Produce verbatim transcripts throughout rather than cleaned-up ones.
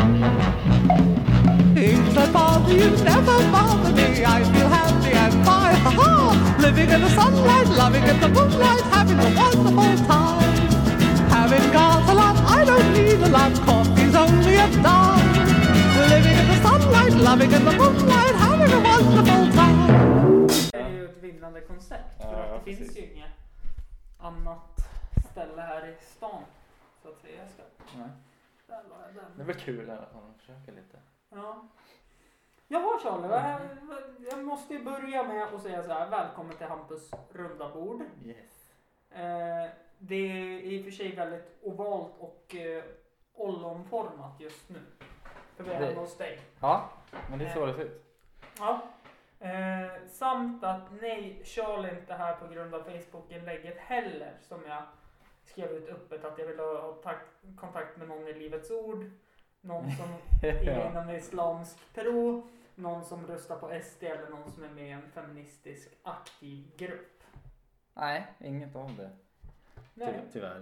Things that bother you never bother me. I feel happy and fine, ha-ha. Living in the sunlight, loving in the moonlight, having a wonderful time. Having got a lot, I don't need a lot. Coffee's only a dime. Living in the sunlight, loving in the moonlight, having a wonderful time. Det är ju ett vinnande koncept. För Ja, att det precis. finns ju inget annat ställe här i stan. Så att säga. Jag ska... Nej. Där la jag den. Det var kul att man försöker lite. Ja. Jaha Charlie, jag, jag måste ju börja med att säga så här: välkommen till Hampus runda bord. Yes. Eh, det är i och för sig väldigt ovalt och eh, ollonformat just nu. För vi är Det- hemma hos dig. Ja, men det är så det ser ut. Ja. Eh, samt att nej, Charlie är inte här på grund av Facebook-inlägget heller. Som jag skrev ut öppet att jag vill ha tak- kontakt med någon i Livets Ord. Någon som är Ja. inom islamsk tro. Någon som röstar på S D eller någon som är med i en feministisk aktiv grupp. Nej, inget av det. Nej. Ty- tyvärr.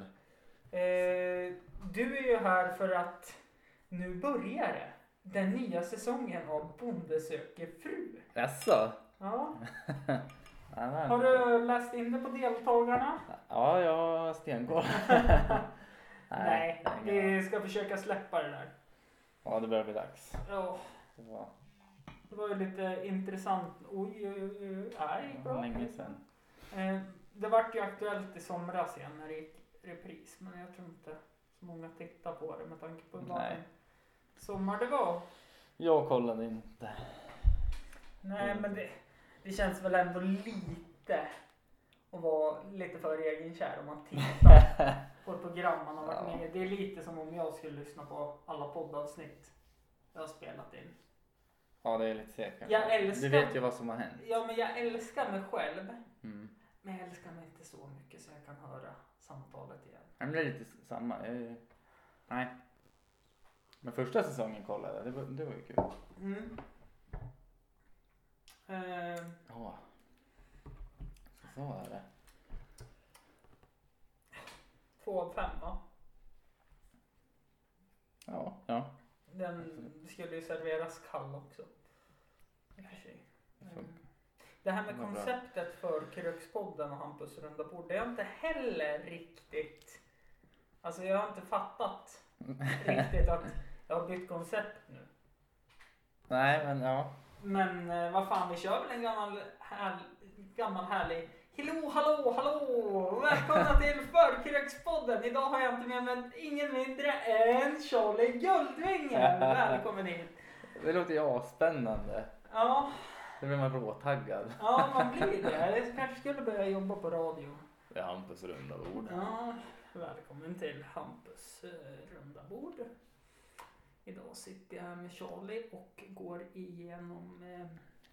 Eh, du är ju här för att nu börjar det. Den nya säsongen av Bonde söker fru. Jaså? Ja. Ja, Har du läst in det på deltagarna? Ja, jag har stenkoll. Nej, ingen aning. vi ska försöka släppa det där. Ja, det börjar bli dags. Ja, Det var, det var ju lite intressant. Oj, oj, oj, nej, det bra. var länge sedan. Eh, det vart ju aktuellt i somras igen när det gick repris. Men jag tror inte så många tittar på det med tanke på vad Nej. en sommar det var. Jag kollade inte. Nej, men det, det känns väl ändå lite att vara lite för egenkär om man tittar på ett program man har varit Ja. med i. Det är lite som om jag skulle lyssna på alla poddavsnitt jag har spelat in. Ja, det är lite säkert. Jag älskar- Du vet ju vad som har hänt. Ja, men jag älskar mig själv. Mm. Men jag älskar mig inte så mycket så jag kan höra samtalet igen. Ja, men det är lite samma. Jag, är- nej. Men första säsongen kollade jag. Det var, det var ju kul. Mm. Eh, Ja. Så, så är det. två av fem, va? Ja, ja. Den skulle ju serveras kall också. I och för sig. Det funkar. Det här med Det var bra. konceptet för Krökspodden och Hampus runda bord, det är inte heller riktigt... Alltså jag har inte fattat riktigt att jag har bytt koncept nu. Nej, men ja. Men eh, vad fan, vi kör väl en gammal, här, gammal härlig... Hallå, hallå, hallå! Välkomna till Förkrökspodden! Idag har jag inte med mig ingen mindre än Charlie Guldvingen! Välkommen hit! Det låter ju asspännande. Ja, Det blir man råtaggad. ja, man blir det. Jag kanske skulle börja jobba på radio. Det är Hampus runda bord. Ja, välkommen till Hampus eh, runda bord. Idag sitter jag här med Charlie och går igenom eh,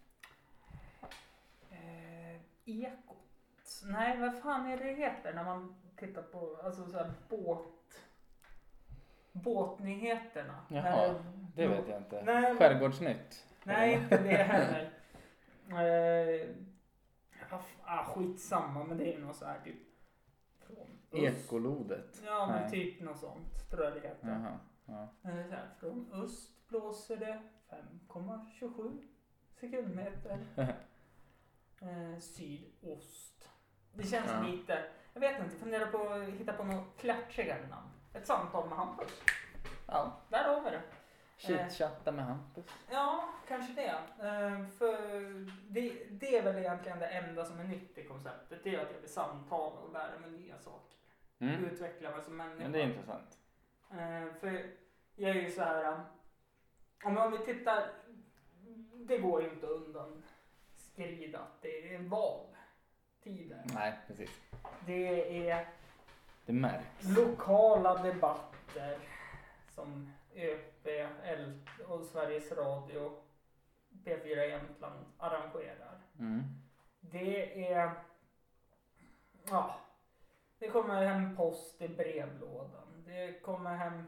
eh, Ekot. Nej, vad fan är det heter när man tittar på alltså så här båt båtnyheterna. Jaha, När- det vet jag inte. Nej, men- Skärgårdsnytt. Nej, inte det heller. Eh, ah, skitsamma, men det är nog så här typ från öst. Ekolodet. Ja, men Nej. typ något sånt tror jag det heter. Jaha, ja. Eh, så här, från öst blåser det fem komma tjugosju sekundmeter. eh, sydost. Det känns Ja. lite, jag vet inte, funderar på att hitta på något klatschigare namn. Ett samtal med Hampus. Ja, där har vi det. Chitchatta med Hampus. Ja, kanske det. Eh, för det, det är väl egentligen det enda som är nytt i konceptet. Det är att jag vill samtala och lära mig nya saker. Mm. Utveckla mig som människa. Men det är intressant. Eh, för jag är ju så här. um, Om, om vi tittar. Det går ju inte undan skrida att det är valtider. Nej, precis. Det är Det märks. lokala debatter som Ö P L och Sveriges Radio, P fyra Jämtland arrangerar. Mm. Det är, ja, det kommer hem post i brevlådan. Det kommer hem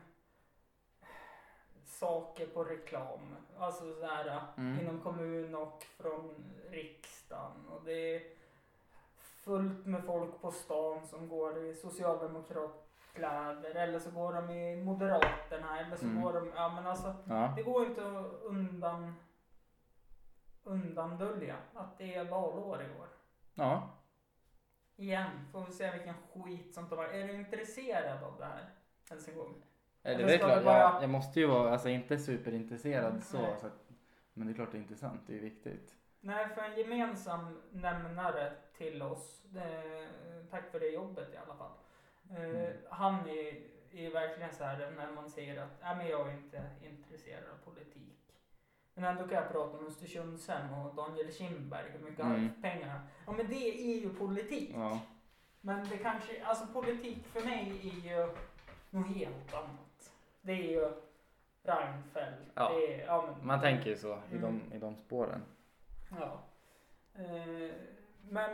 saker på reklam, alltså så här Mm. inom kommun och från riksdagen. Och det är fullt med folk på stan som går i socialdemokrat kläder eller så går de i Moderaterna eller så Mm. går de, ja men alltså Ja. det går inte att undan undandölja att det är valår i år. Ja. Igen, får vi se vilken skit som tar. Är du intresserad av det här? Ens en gång? Eller Eller det är ska klart, vi bara- jag, jag måste ju vara, alltså inte superintresserad Mm, så, nej. så att, men det är klart det är intressant, det är ju viktigt. Nej, för en gemensam nämnare till oss, eh, tack för det jobbet i alla fall. Eh, Mm. Han är, är verkligen så här när man säger att nej, men jag är inte intresserad av politik. Men ändå kan jag prata om Östersundshem och Daniel Kindberg, hur mycket Mm. mm. pengar. Ja men det är ju politik. Ja. Men det kanske, alltså politik för mig är ju något helt annat. Det är ju Reinfeldt. Ja. Det är, ja, men, Man tänker ju så i, Mm. de, i de spåren. Ja. Eh, men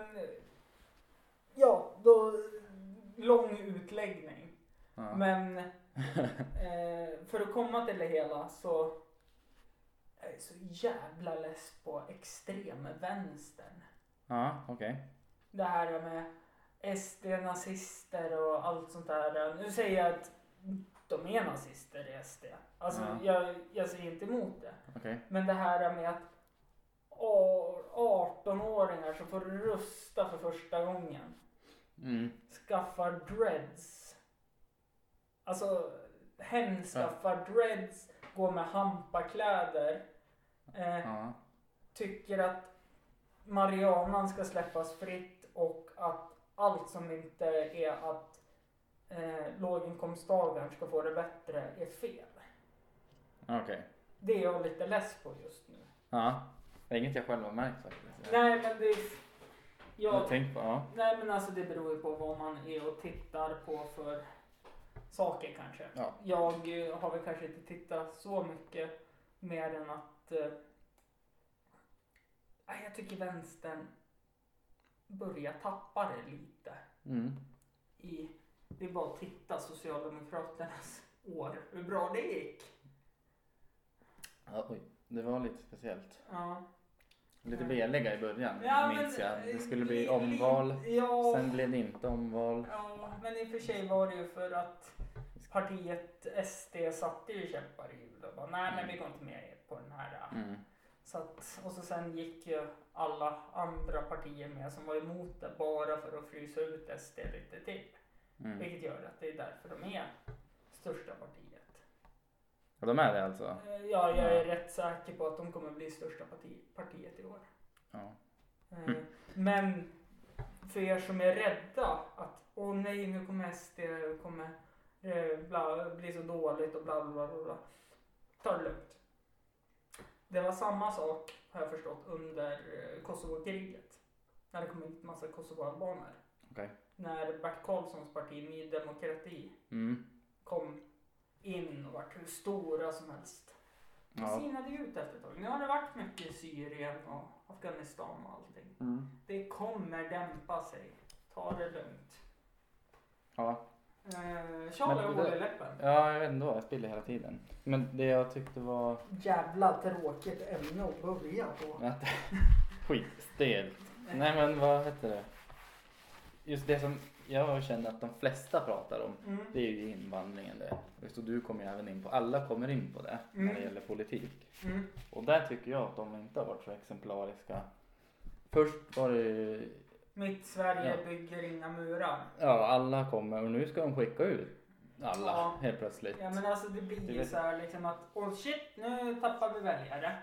ja, då lång utläggning. Ja. Men eh, för att komma till det hela så är jag så jävla less på extremvänstern. Ja, okej. Det här med S D-nazister och allt sånt där. Nu säger jag att de är nazister i S D. Alltså Ja. jag, jag säger inte emot det. Okej. Men det här med att arton-åringar som får rösta för första gången Mm. skaffar dreads. Alltså hen skaffar dreads, går med hampakläder. Eh, Ja. tycker att marijuanan ska släppas fritt och att allt som inte är att eh, låginkomsttagaren ska få det bättre är fel. Okej. Det är jag lite less på just nu. Ja. Det är inget jag själv har märkt faktiskt. Nej men det Jag jag, har tänkt på, ja. nej men alltså det beror ju på vad man är och tittar på för saker kanske. Ja. Jag eh, har väl kanske inte tittat så mycket mer än att eh, nej, jag tycker vänstern börjar tappa det lite. Mm. I, det är bara att titta Socialdemokraternas år, hur bra det gick. Ja, oj. Det var lite speciellt. Ja. Lite veliga i början, Ja, minns men, jag. Det skulle li- bli li- omval. Ja, Sen blev det inte omval. ja, men i och för sig var det ju för att partiet S D satte ju käppar i hjulet och bara, nej men vi går inte med på den här. Mm. Så att, och så sen gick ju alla andra partier med som var emot det bara för att frysa ut S D lite till. Mm. Vilket gör att det är därför de är största partiet. Och de är det alltså? Eh, Ja, jag är Ja. rätt säker på att de kommer bli största parti, partiet i år. Ja. Eh, Men för er som är rädda att åh nej, nu kommer S D kommer eh, bla, bli så dåligt och bla bla bla bla. Ta det lugnt. Det var samma sak har jag förstått under eh, Kosovo-kriget. När det kom hit massa kosovoalbaner. Okej. När Bert Karlssons parti Ny Demokrati Mm. kom in och vart hur stora som helst. Det Ja. sinade ju ut efter ett tag. Nu har det varit mycket i Syrien och Afghanistan och allting. Mm. Det kommer dämpa sig. Ta det lugnt. Ja. Eh, Charlie har Men hål det- i läppen. Ja, jag vet inte, jag spiller hela tiden. Men det jag tyckte var Jävla tråkigt ämne att börja på. att skitstelt. Nej men vad heter det? Just det som jag känner att de flesta pratar om, Mm. det är ju invandringen det. Just och du kommer ju även in på, alla kommer in på det när det Mm. gäller politik. Mm. Och där tycker jag att de inte har varit så exemplariska. Först var det, Mitt Sverige Ja. bygger inga murar. ja alla kommer och nu ska de skicka ut alla Ja. helt plötsligt. Ja men alltså det blir Det ju vet- så här liksom att åh shit, nu tappar vi väljare.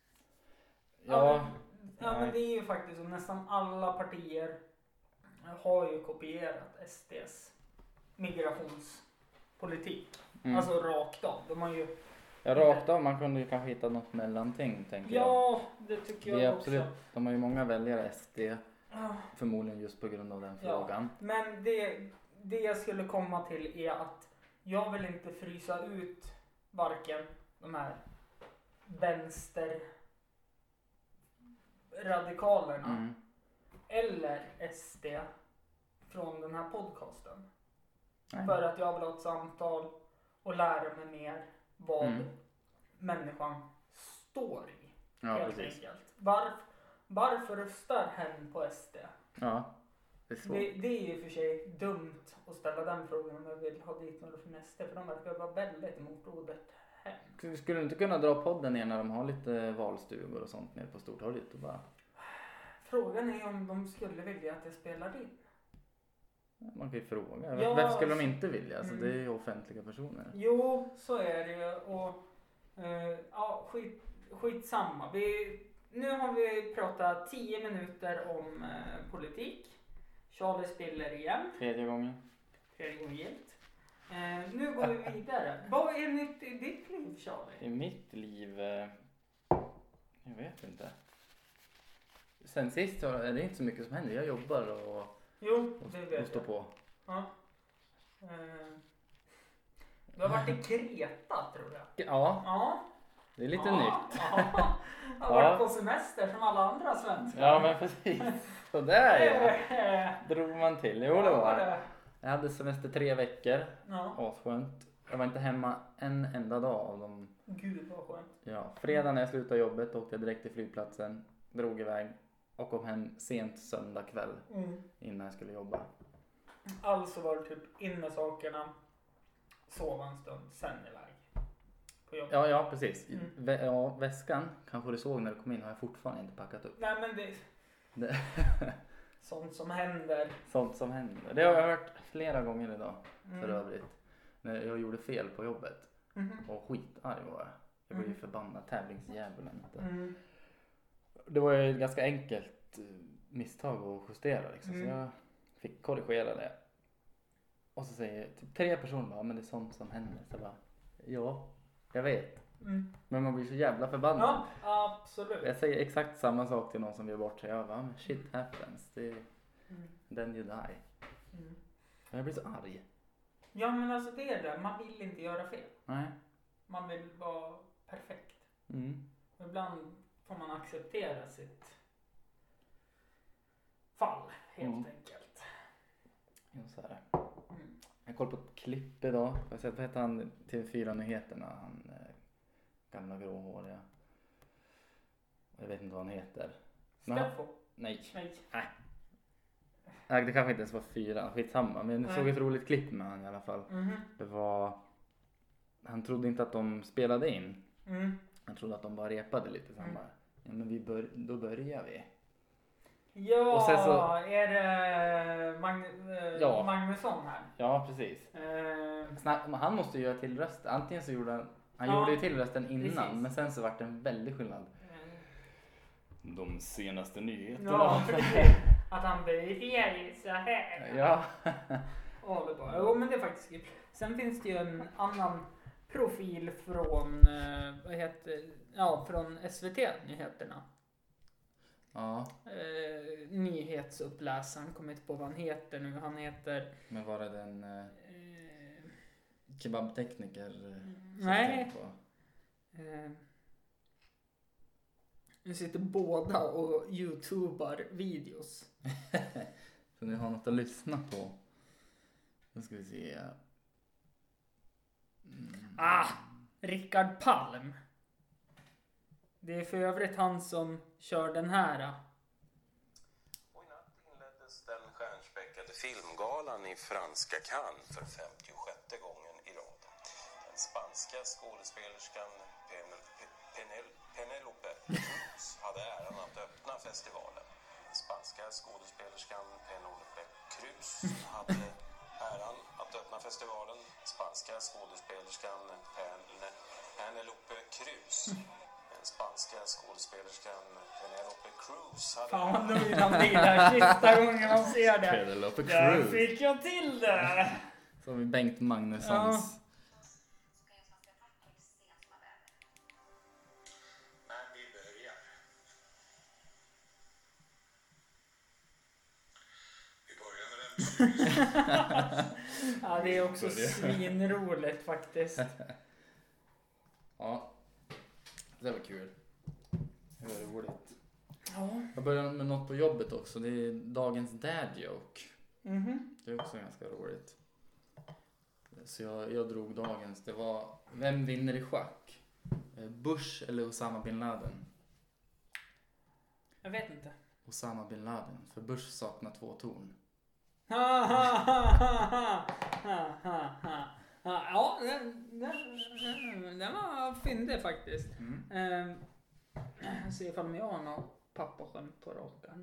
Ja, men, ja nej. men det är ju faktiskt så nästan alla partier har ju kopierat S D:s migrationspolitik. Mm. Alltså rakt av. De har ju, Ja, rakt av, man kunde ju kanske hitta något mellanting tänker jag. ja det tycker Det är jag absolut, också. de har ju många väljare S D, Ja. förmodligen just på grund av den Ja. frågan. Men det, det jag skulle komma till är att jag vill inte frysa ut varken de här vänster radikalerna Mm. eller S D från den här podcasten. Nej. För att jag vill ha ett samtal och lära mig mer vad Mm. människan står i. Ja, helt precis. enkelt. Var, varför röstar hen på S D? Ja. Det är svårt. Det, det är ju i och för sig dumt att ställa den frågan om jag vill ha dit några finester. För de verkar vara väldigt emot ordet hem. Skulle du inte kunna dra podden ner när de har lite valstugor och sånt nere på Stortorget och bara... Frågan är om de skulle vilja att jag spelar in. Man kan ju fråga. Ja, Varför skulle de inte vilja? Alltså, mm. det är ju offentliga personer. Jo, så är det ju. Och eh, ja, skit, skitsamma. Vi, nu har vi pratat tio minuter om eh, politik. Charlie spiller igen. Tredje gången. Tredje gången gillt. Eh, nu går vi vidare. Vad är nytt i ditt liv, Charlie? I mitt liv... Eh, jag vet inte. Sen sist så är det inte så mycket som händer. Jag jobbar och, Jo, det och, vet och står jag. på. Ja. Eh, du har varit i Kreta, tror jag. Ja, Ja. det är lite ja, nytt. Ja. Jag har varit på semester som alla andra svenskar. Ja, men precis. Så där ja. Eh, Drog man till. Jo, det var det. Jag hade semester tre veckor. Ja. Asskönt. Jag var inte hemma en enda dag av dem. Gud vad skönt. Ja, fredag när jag slutade jobbet åkte jag direkt till flygplatsen. Drog iväg och kom hem sent söndag kväll Mm. innan jag skulle jobba. Alltså var det typ in med sakerna, sova en stund, sen iväg på jobbet. Ja, ja precis. Mm. Vä- ja, väskan, kanske du såg när du kom in, har jag fortfarande inte packat upp. Nej men det Det sånt som händer. sånt som händer. Det har jag hört flera gånger idag Mm. för övrigt. När jag gjorde fel på jobbet. Mhm. Och skitarg var jag. Jag blev ju Mm. förbannad tävlingsdjävulen. Mm. Det var ju ett ganska enkelt eh, misstag att justera liksom. Mm. Så jag fick korrigera det. Och så säger typ tre personer bara, men det är sånt som händer. Så jag bara, ja, jag vet. Mm. Men man blir så jävla förbannad. Ja, absolut. Jag säger exakt samma sak till någon som gör bort sig. Jag bara, men shit happens. Det är Mm. then you die. Mm. Jag blir så arg. Ja men alltså det är det, man vill inte göra fel. Nej. Man vill vara perfekt. Mm. Ibland får man acceptera sitt fall helt Mm. enkelt. Jo, så är det. Mm. Jag kollade på ett klipp idag. Jag har sett, vad heter han, T V fyra-nyheterna? Han eh, gamla gråhåriga. Jag vet inte vad han heter. Men han- Skaffo? Nej. Nej. Nej, det kanske inte ens var fyra. Skitsamma. Men jag Nej. såg ett roligt klipp med han i alla fall. Mhm. Det var... Han trodde inte att de spelade in. Mm. Han trodde att de bara repade lite. Så han Mm. bara, ja men vi bör, då börjar vi. Ja, Och sen så- är det Mag- eh, Ja. Magnusson här? Ja, precis. Eh, Snack, men han måste ju göra till rösten. Antingen så gjorde han... Han Ja, gjorde ju till rösten innan. precis. Men sen så vart det en väldig skillnad. eh, De senaste nyheterna. ja, precis. Att han börjar ju så här. Ja. Håller på. Jo, men det är faktiskt kul. Sen finns det ju en annan profil från, eh, vad heter, ja, från S V T-nyheterna. Ja. Eh, nyhetsuppläsaren, kommer inte på vad han heter nu. Han heter... Men var det den eh, Eh, kebabtekniker? eh, som nej. jag tänkte på? Eh, nu sitter båda och youtubar videos. Så ni har något att lyssna på. Nu ska vi se. Mm. Ah! Rickard Palm. Det är för övrigt han som kör den här. Och i natt inleddes den stjärnspäckade filmgalan i franska Cannes för femtiosjätte gången i rad. Den spanska skådespelerskan Penel, Penel, Penelope Cruz hade äran att öppna festivalen. Den spanska skådespelerskan Penelope Cruz hade äran att öppna festivalen. Spanska skådespelerskan Pen, Penelope Cruz. Den spanska skådespelerskan Penelope Cruz hade... Fan vad nöjd han blir där sista gången man ser det. Penelope Där Cruz. fick jag till det. Så har vi Bengt Magnussons. Men vi börjar. Vi börjar med den. Ja, det är också svinroligt faktiskt. Ja. Det var kul. Det var roligt. Ja. Jag började med något på jobbet också. Det är dagens dad joke. Mhm. Det är också ganska roligt. Så jag, jag drog dagens. Det var, vem vinner i schack? Eh, Bush eller Osama bin Laden? Jag vet inte. Osama bin Laden. För Bush saknar två torn. Ha, ha, ha, ha, ha, ha. Ja, den, den, den var fyndig faktiskt. Mm. Eh, jag ser ifall jag har någon pappaskämt på rakan.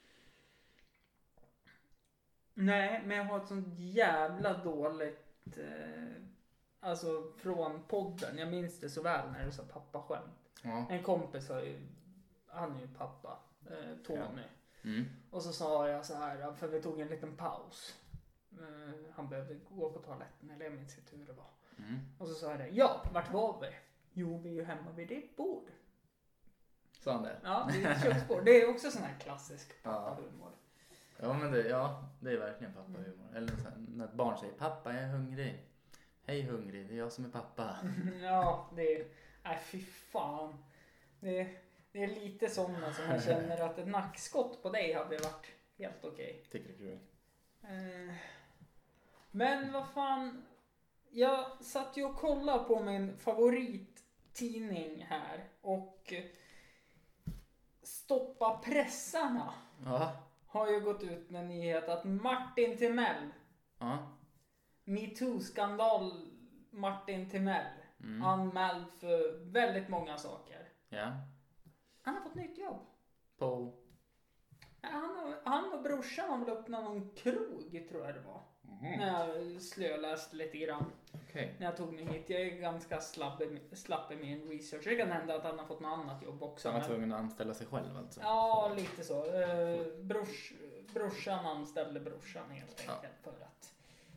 Nej, men jag har ett sånt jävla dåligt... Eh, alltså från podden. Jag minns det så väl när du sa pappaskämt. Ja. En kompis har ju... Han är ju pappa. Eh, Tony. Mm. Och så sa jag så här, för vi tog en liten paus. Uh, han behövde gå på toaletten, eller jag minns inte hur det var. Mm. Och så sa jag det, ja, vart var vi? Jo, vi är ju hemma vid ditt bord. Sa han det? Ja, det är ett köksbord. Det är också sån här klassisk pappahumor. Ja, men det, ja, det är verkligen pappahumor. Eller så här, när ett barn säger, pappa jag är hungrig. Hej hungrig, det är jag som är pappa. Ja, det är, nej fy fan. Det är, det är lite sådana som jag känner att ett nackskott på dig hade varit helt okej. Tycker det är kul. Eh, men vad fan, jag satt ju och kollade på min favorittidning här och Stoppa pressarna Ja. har ju gått ut med nyhet att Martin Timell, Ja. MeToo-skandal Martin Timell, Mm. anmäld för väldigt många saker. Ja. Han har fått nytt jobb. På. Han och, han och brorsan har väl öppnat någon krog, tror jag det var. Mm. När jag slöläste lite grann. Okej. När jag tog mig hit. Jag är ganska slapp i, slapp i min research. Det kan hända att han har fått något annat jobb också. Så han var men- tvungen att anställa sig själv alltså? Ja, lite så. Eh, brors, brorsan anställde brorsan helt Ja. enkelt för att...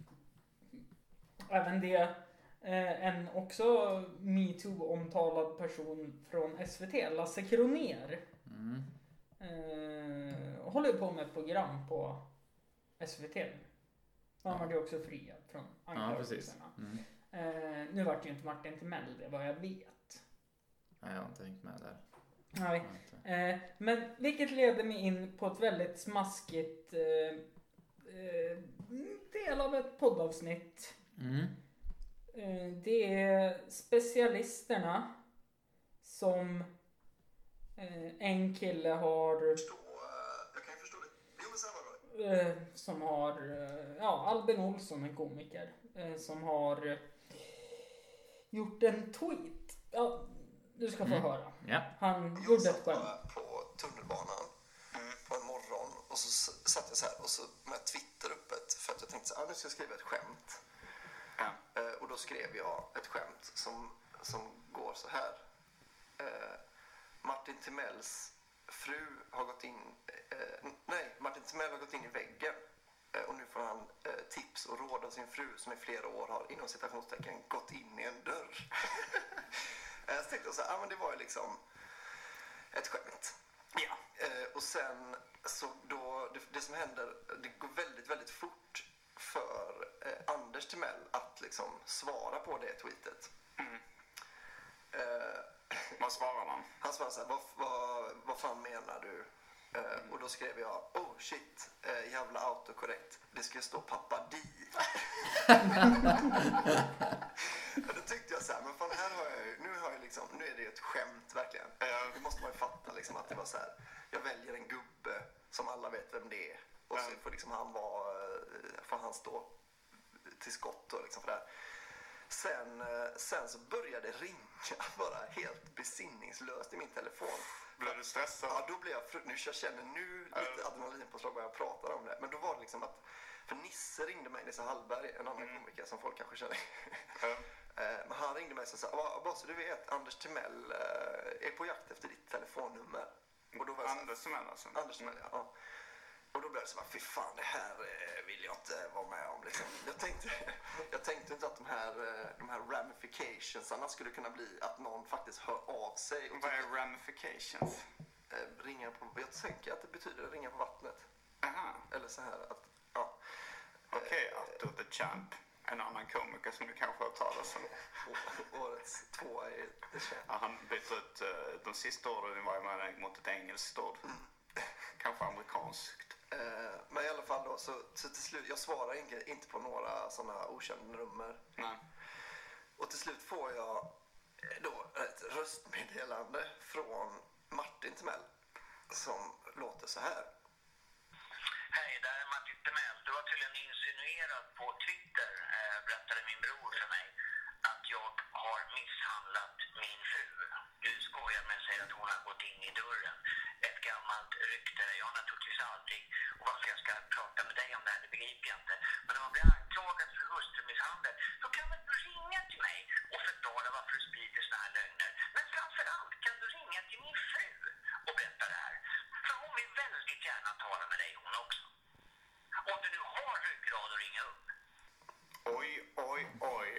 Även det, eh, en också MeToo-omtalad person från S V T, Lasse Kronér, Mm. eh, håller på med ett program på S V T. Han Ja. var ju också fria från Ja, precis. anklagelserna. Mm. Eh, nu vart ju inte Martin Timell det, vad jag vet. Nej, jag har inte hängt med där. Nej. Jag har inte. Eh, men vilket leder mig in på ett väldigt smaskigt eh, eh, del av ett poddavsnitt. Mm. Eh, det är specialisterna som eh, en kille har Förstå, eh, jag kan ju förstå det. Jo, men sen var det. eh, som har eh, ja, Albin Olsson, en komiker, eh, som har eh, gjort en tweet. Ja, du ska få Mm. höra. Ja. Han Jag gjorde ett satt skämt. bara på tunnelbanan på en morgon och så s- satt jag så här och så med Twitter öppet för att jag tänkte så här, ah, nu ska jag skriva ett skämt. Eh, och då skrev jag ett skämt som, som går så här. Eh, Martin Timells fru har gått in, eh, nej, Martin Timell har gått in i väggen. Eh, och nu får han eh, tips och råd av sin fru som i flera år har inom citationstecken gått in i en dörr. Eh, så tänkte jag så här, ah, men det var ju liksom ett skämt. Ja. Eh, och sen så då, det, det som händer, det går väldigt, väldigt fort för eh, Anders Timell att liksom svara på det tweetet. Eh, Vad svarar man? han svarade så här, vad, vad, vad fan menar du? Eh, och då skrev jag, oh shit, eh, jävla autokorrekt. Det ska stå pappa Di. Och då tyckte jag så här, men fan här har jag ju, nu har jag liksom, nu är det ju ett skämt verkligen. Eh, det måste man ju fatta liksom att det var så här, jag väljer en gubbe som alla vet vem det är. Och så får liksom han vara, eh, får han stå till skott och liksom för det här. Sen, eh, sen så började det ringa bara helt besinningslöst i min telefon. Blev du stressad? Ja, då blev jag, fru- nu jag känner nu lite adrenalinpåslag när jag pratar om det. Men då var det liksom att, för Nisse ringde mig, Nisse Hallberg, en annan komiker som folk kanske känner. Mm. Eh, Men han ringde mig och sa, "Bara- bara så du vet, Anders Timell eh, är på jakt efter ditt telefonnummer. Och då var jag så här, Anders Timell alltså? Anders Timell, ja. ja. Och då blev det så här, fy fan det här eh, vill jag inte vara med om liksom. Jag tänkte, jag tänkte inte att de här, eh, de här ramificationsarna skulle kunna bli att någon faktiskt hör av sig. Och Vad är tycker- ramifications? eh, ringa på, jag tänker att det betyder ringa på vattnet. Aha. Eller så här att, ja. Okej, Arthur the Champ. En annan komiker som du kanske har talat om. Å- Årets tvåa i The Champ. Ja, han bytte ut uh, de sista orden var med mot ett engelskt ord. Kanske amerikanskt. Eh, men i alla fall då, så, så till slut, jag svarar inte, inte på några sådana okända nummer. Nej. Och till slut får jag eh, då ett röstmeddelande från Martin Timell som låter så här. Hej, det här är Martin eftermält. Du har tydligen insinuerat på Twitter, eh, berättade min bror för mig, att jag har misshandlat min fru. Du skojar med sig att hon har gått in i dörren. Ett gammalt rykte. Jag har naturligtvis aldrig, och varför jag ska prata med dig om det här, det begriper jag inte. Men när man blir anklagad för hustrumisshandel, då kan man ringa till mig och förklara varför du sprider såna här lögner. Men framförallt kan du ringa till min fru och berätta det här. För hon vill väldigt gärna tala med dig hon också. Om du nu har ryggrad att ringa upp. Oj, oj, oj.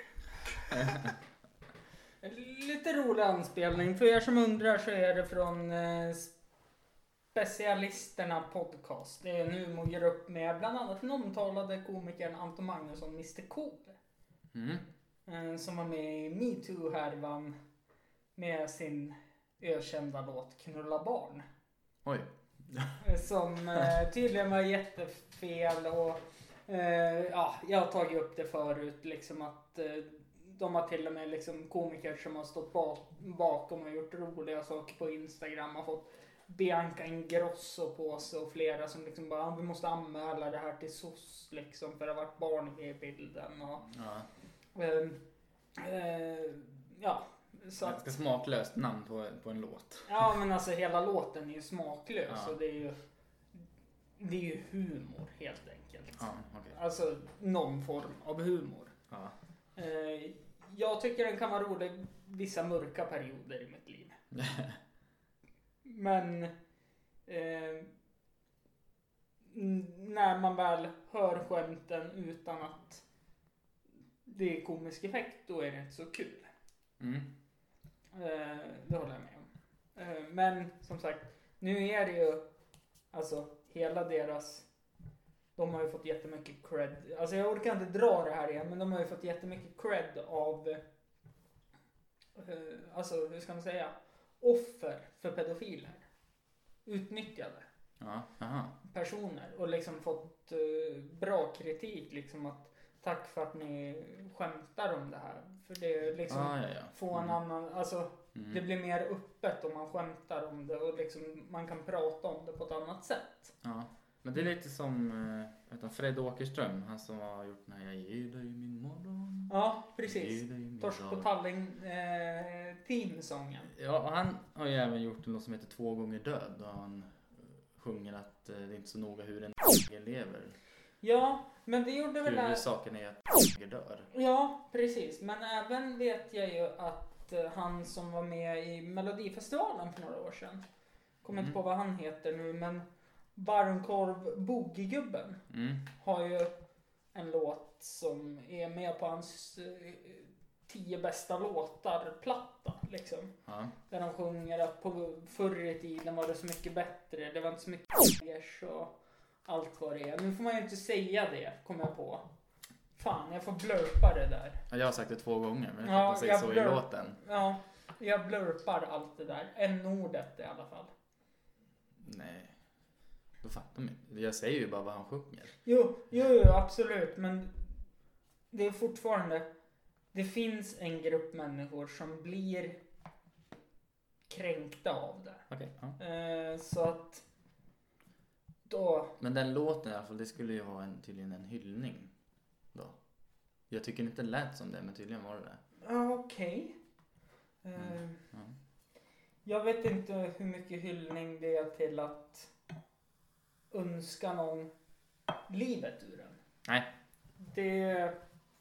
Lite rolig anspelning. För er som undrar så är det från eh, Specialisterna podcast. Det är en humorgrupp med bland annat den omtalade komikern Anton Magnusson, mister Cool. Mm. Eh, som var med i MeToo-härvan med sin ökända låt Knulla barn. Oj. Som eh, tydligen var jättefel och eh, ja, jag har tagit upp det förut liksom att eh, de har till och med liksom komiker som har stått bak, bakom och gjort roliga saker på Instagram har fått Bianca Ingrosso på sig och flera som liksom bara, vi måste anmäla det här till S O S liksom för det har varit barn med i bilden och Ja. eh, eh, ja så att, Ganska smaklöst namn på, på en låt. ja men alltså hela låten är ju smaklös Ja. och det är ju det är ju humor helt enkelt. Ja, okej. Alltså någon form av humor. Ja. Eh, jag tycker den kan vara rolig vissa mörka perioder i mitt liv. Men eh, n- när man väl hör skämten utan att det är komisk effekt, då är det inte så kul. Mm. Eh, det håller jag med om. Eh, men som sagt, nu är det ju alltså hela deras, de har ju fått jättemycket cred. Alltså jag orkar inte dra det här igen, men de har ju fått jättemycket cred av eh, alltså hur ska man säga, offer för pedofiler. Utnyttjade Ja, aha. personer och liksom fått eh, bra kritik liksom att tack för att ni skämtar om det här. För det är liksom Ah, ja, ja. få en Mm. annan, alltså Mm. det blir mer öppet om man skämtar om det och liksom man kan prata om det på ett annat sätt. Ja. Men det är lite som eh, vet du, Fred Åkerström, han som har gjort den här Jag ger dig min morgon. Ja, Jag precis. ger dig min Torsk på dag. Talling eh, teamsången. Ja, och han har ju även gjort något som heter Två gånger död. Då han eh, sjunger att eh, det är inte så noga hur en lever. Ja, men det gjorde väl här... Huvudsaken är att dör. Ja, precis. Men även vet jag ju att eh, han som var med i Melodifestivalen för några år sedan, kommer inte Mm. på vad han heter nu, men Varmkorv Boogiegubben Mm. har ju en låt som är med på hans eh, tio bästa låtar-platta liksom. Ja. Där de sjunger att på förr i tiden var det så mycket bättre, det var inte så mycket negers och allt vad det är. Nu får man ju inte säga det, kommer jag på. Fan, jag får blurpa det där. Ja, jag har sagt det två gånger, men Ja, jag säger jag så i blur- låten. Ja, jag blurpar allt det där. En-ordet i alla fall. Nej. Då fattar man inte. Jag säger ju bara vad han sjunger. Jo, jo, jo, absolut. Men det är fortfarande... Det finns en grupp människor som blir kränkta av det. Okej. Ja. Eh, så att... Då... Men den låten i alla fall, det skulle ju vara en, tydligen en hyllning. Då. Jag tycker inte det lät som det, men tydligen var det det. Ja, okej. Eh, Mm. Ja. Jag vet inte hur mycket hyllning det är till att önska någon livet ur den. Nej, Det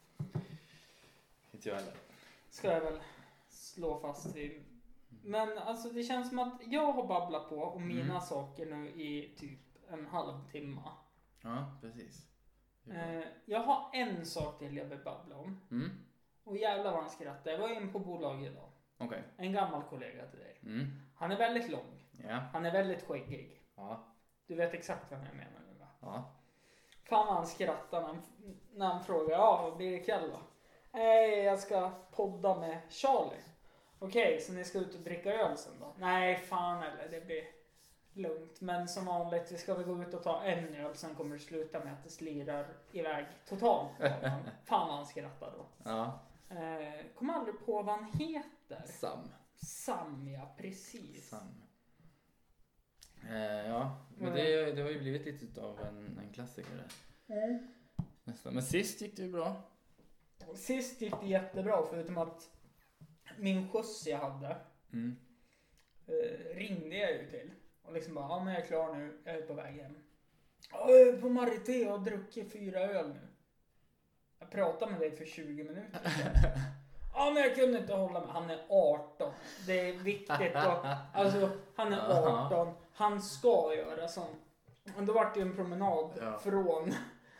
inte jag heller. ska jag väl slå fast i. Men alltså det känns som att jag har babblat på om mina Mm. saker nu i typ en halvtimme. Ja, precis. Eh, jag har en sak till jag vill babbla om. Mm. Och jävlar vad han skrattar. Jag var in på bolag idag. Okej. En gammal kollega till dig. Mm. Han är väldigt lång. Ja. Han är väldigt skäggig. Ja. Du vet exakt vad jag menar nu va? Ja. Fan vad han skrattar när han, när han frågar, ja vad blir det ikväll då? Nej, jag ska podda med Charlie. Okej, så ni ska ut och dricka öl sen då? Nej, fan eller det blir lugnt. Men som vanligt, vi ska väl gå ut och ta en öl, sen kommer det sluta med att det slirar iväg totalt. Fan vad han skrattar då. Ja. Eh, kom aldrig på vad han heter. Sam. Sam, ja precis. Sam. Eh, ja, men det, det har ju blivit lite av en, en klassiker. Mm. Nästan. Men sist gick det ju bra. Sist gick det jättebra förutom att min skjuts jag hade Mm. eh, ringde jag ju till. Och liksom bara, ja men jag är klar nu, jag är på väg hem. Ja, jag är på Marité och har druckit fyra öl nu. Jag pratade med dig för tjugo minuter sedan. Ja men jag kunde inte hålla med. Han är arton. Det är viktigt. Och, alltså han är arton. Han ska göra sånt. Och då var det ju en promenad Ja. från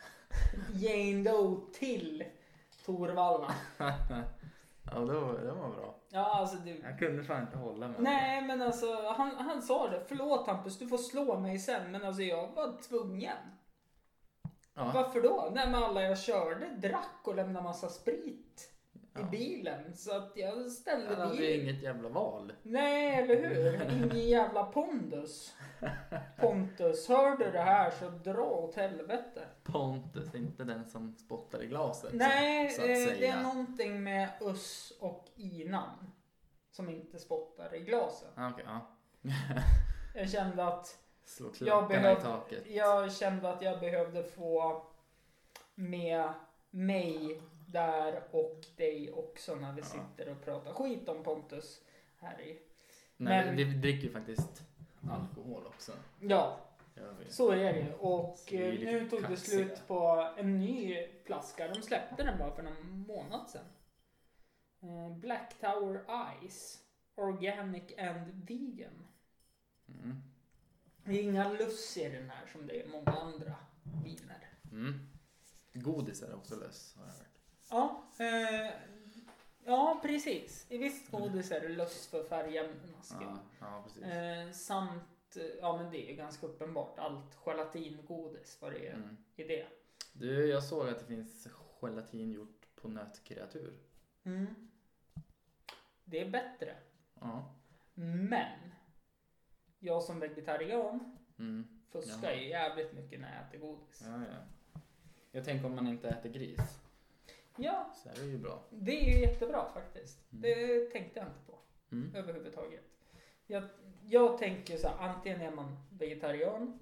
Jane Doe till Torvalla. Ja, då, det var bra. Ja alltså det... Jag kunde fan inte hålla med. Nej men alltså han, han sa det. Förlåt Hampus, du får slå mig sen. Men alltså jag var tvungen. Ja. Varför då? Nej men alla jag körde drack och lämnade massa sprit Ja. i bilen. Så att jag ställde Jag hade bilen. inget jävla val. Nej, eller hur? Ingen jävla pondus. Pontus, hör du det här så dra åt helvete. Pontus, inte den som spottar i glaset. Nej, så att eh, säga. det är någonting med us och i-namn som inte spottar i glasen. Ah, okej, ja. Jag kände att Slå jag, klockorna i behöv, taket. jag kände att jag behövde få med mig där och dig också när vi Ja. sitter och pratar skit om Pontus här i. Nej, Men- vi dricker ju faktiskt alkohol också. Ja, Gör vi. så är det. Och Så vi är eh, lite nu tog det kaxiga. slut på en ny flaska. De släppte den bara för någon månad sedan. Eh, Black Tower Ice. Organic and vegan. Mm. Det är inga luss i den här som det är många andra viner. Mm. Godis är också löss, har jag hört. Ja, eh, ja precis. I visst godis är det löss för färgämnena. Ja, ja precis. Eh, samt, eh, ja men det är ganska uppenbart. Allt gelatingodis, vad det är Mm. i det. Du, jag såg att det finns gelatin gjort på nötkreatur. Mm. Det är bättre. Ja. Men jag som vegetarian Mm. fuskar Jaha. ju jävligt mycket när jag äter godis. Ja, ja. Jag tänker om man inte äter gris Ja, så är det ju bra. det är ju jättebra faktiskt. Mm. Det tänkte jag inte på Mm. överhuvudtaget. Jag, jag tänker så här, antingen är man vegetarian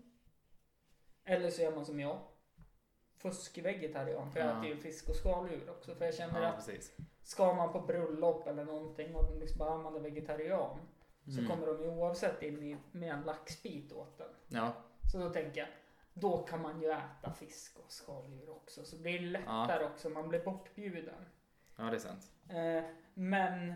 eller så är man som jag. Fuskvegetarian, för jag Ja. äter ju fisk och skaldjur också. För jag känner Ja, att precis. ska man på bröllop eller någonting och liksom bara man är vegetarian så Mm. kommer de ju oavsett in i, med en laxbit åt den. Ja, Så då tänker jag, då kan man ju äta fisk och skaldjur också. Så det blir lättare också, man blir bortbjuden. ja, det är sant. Eh, men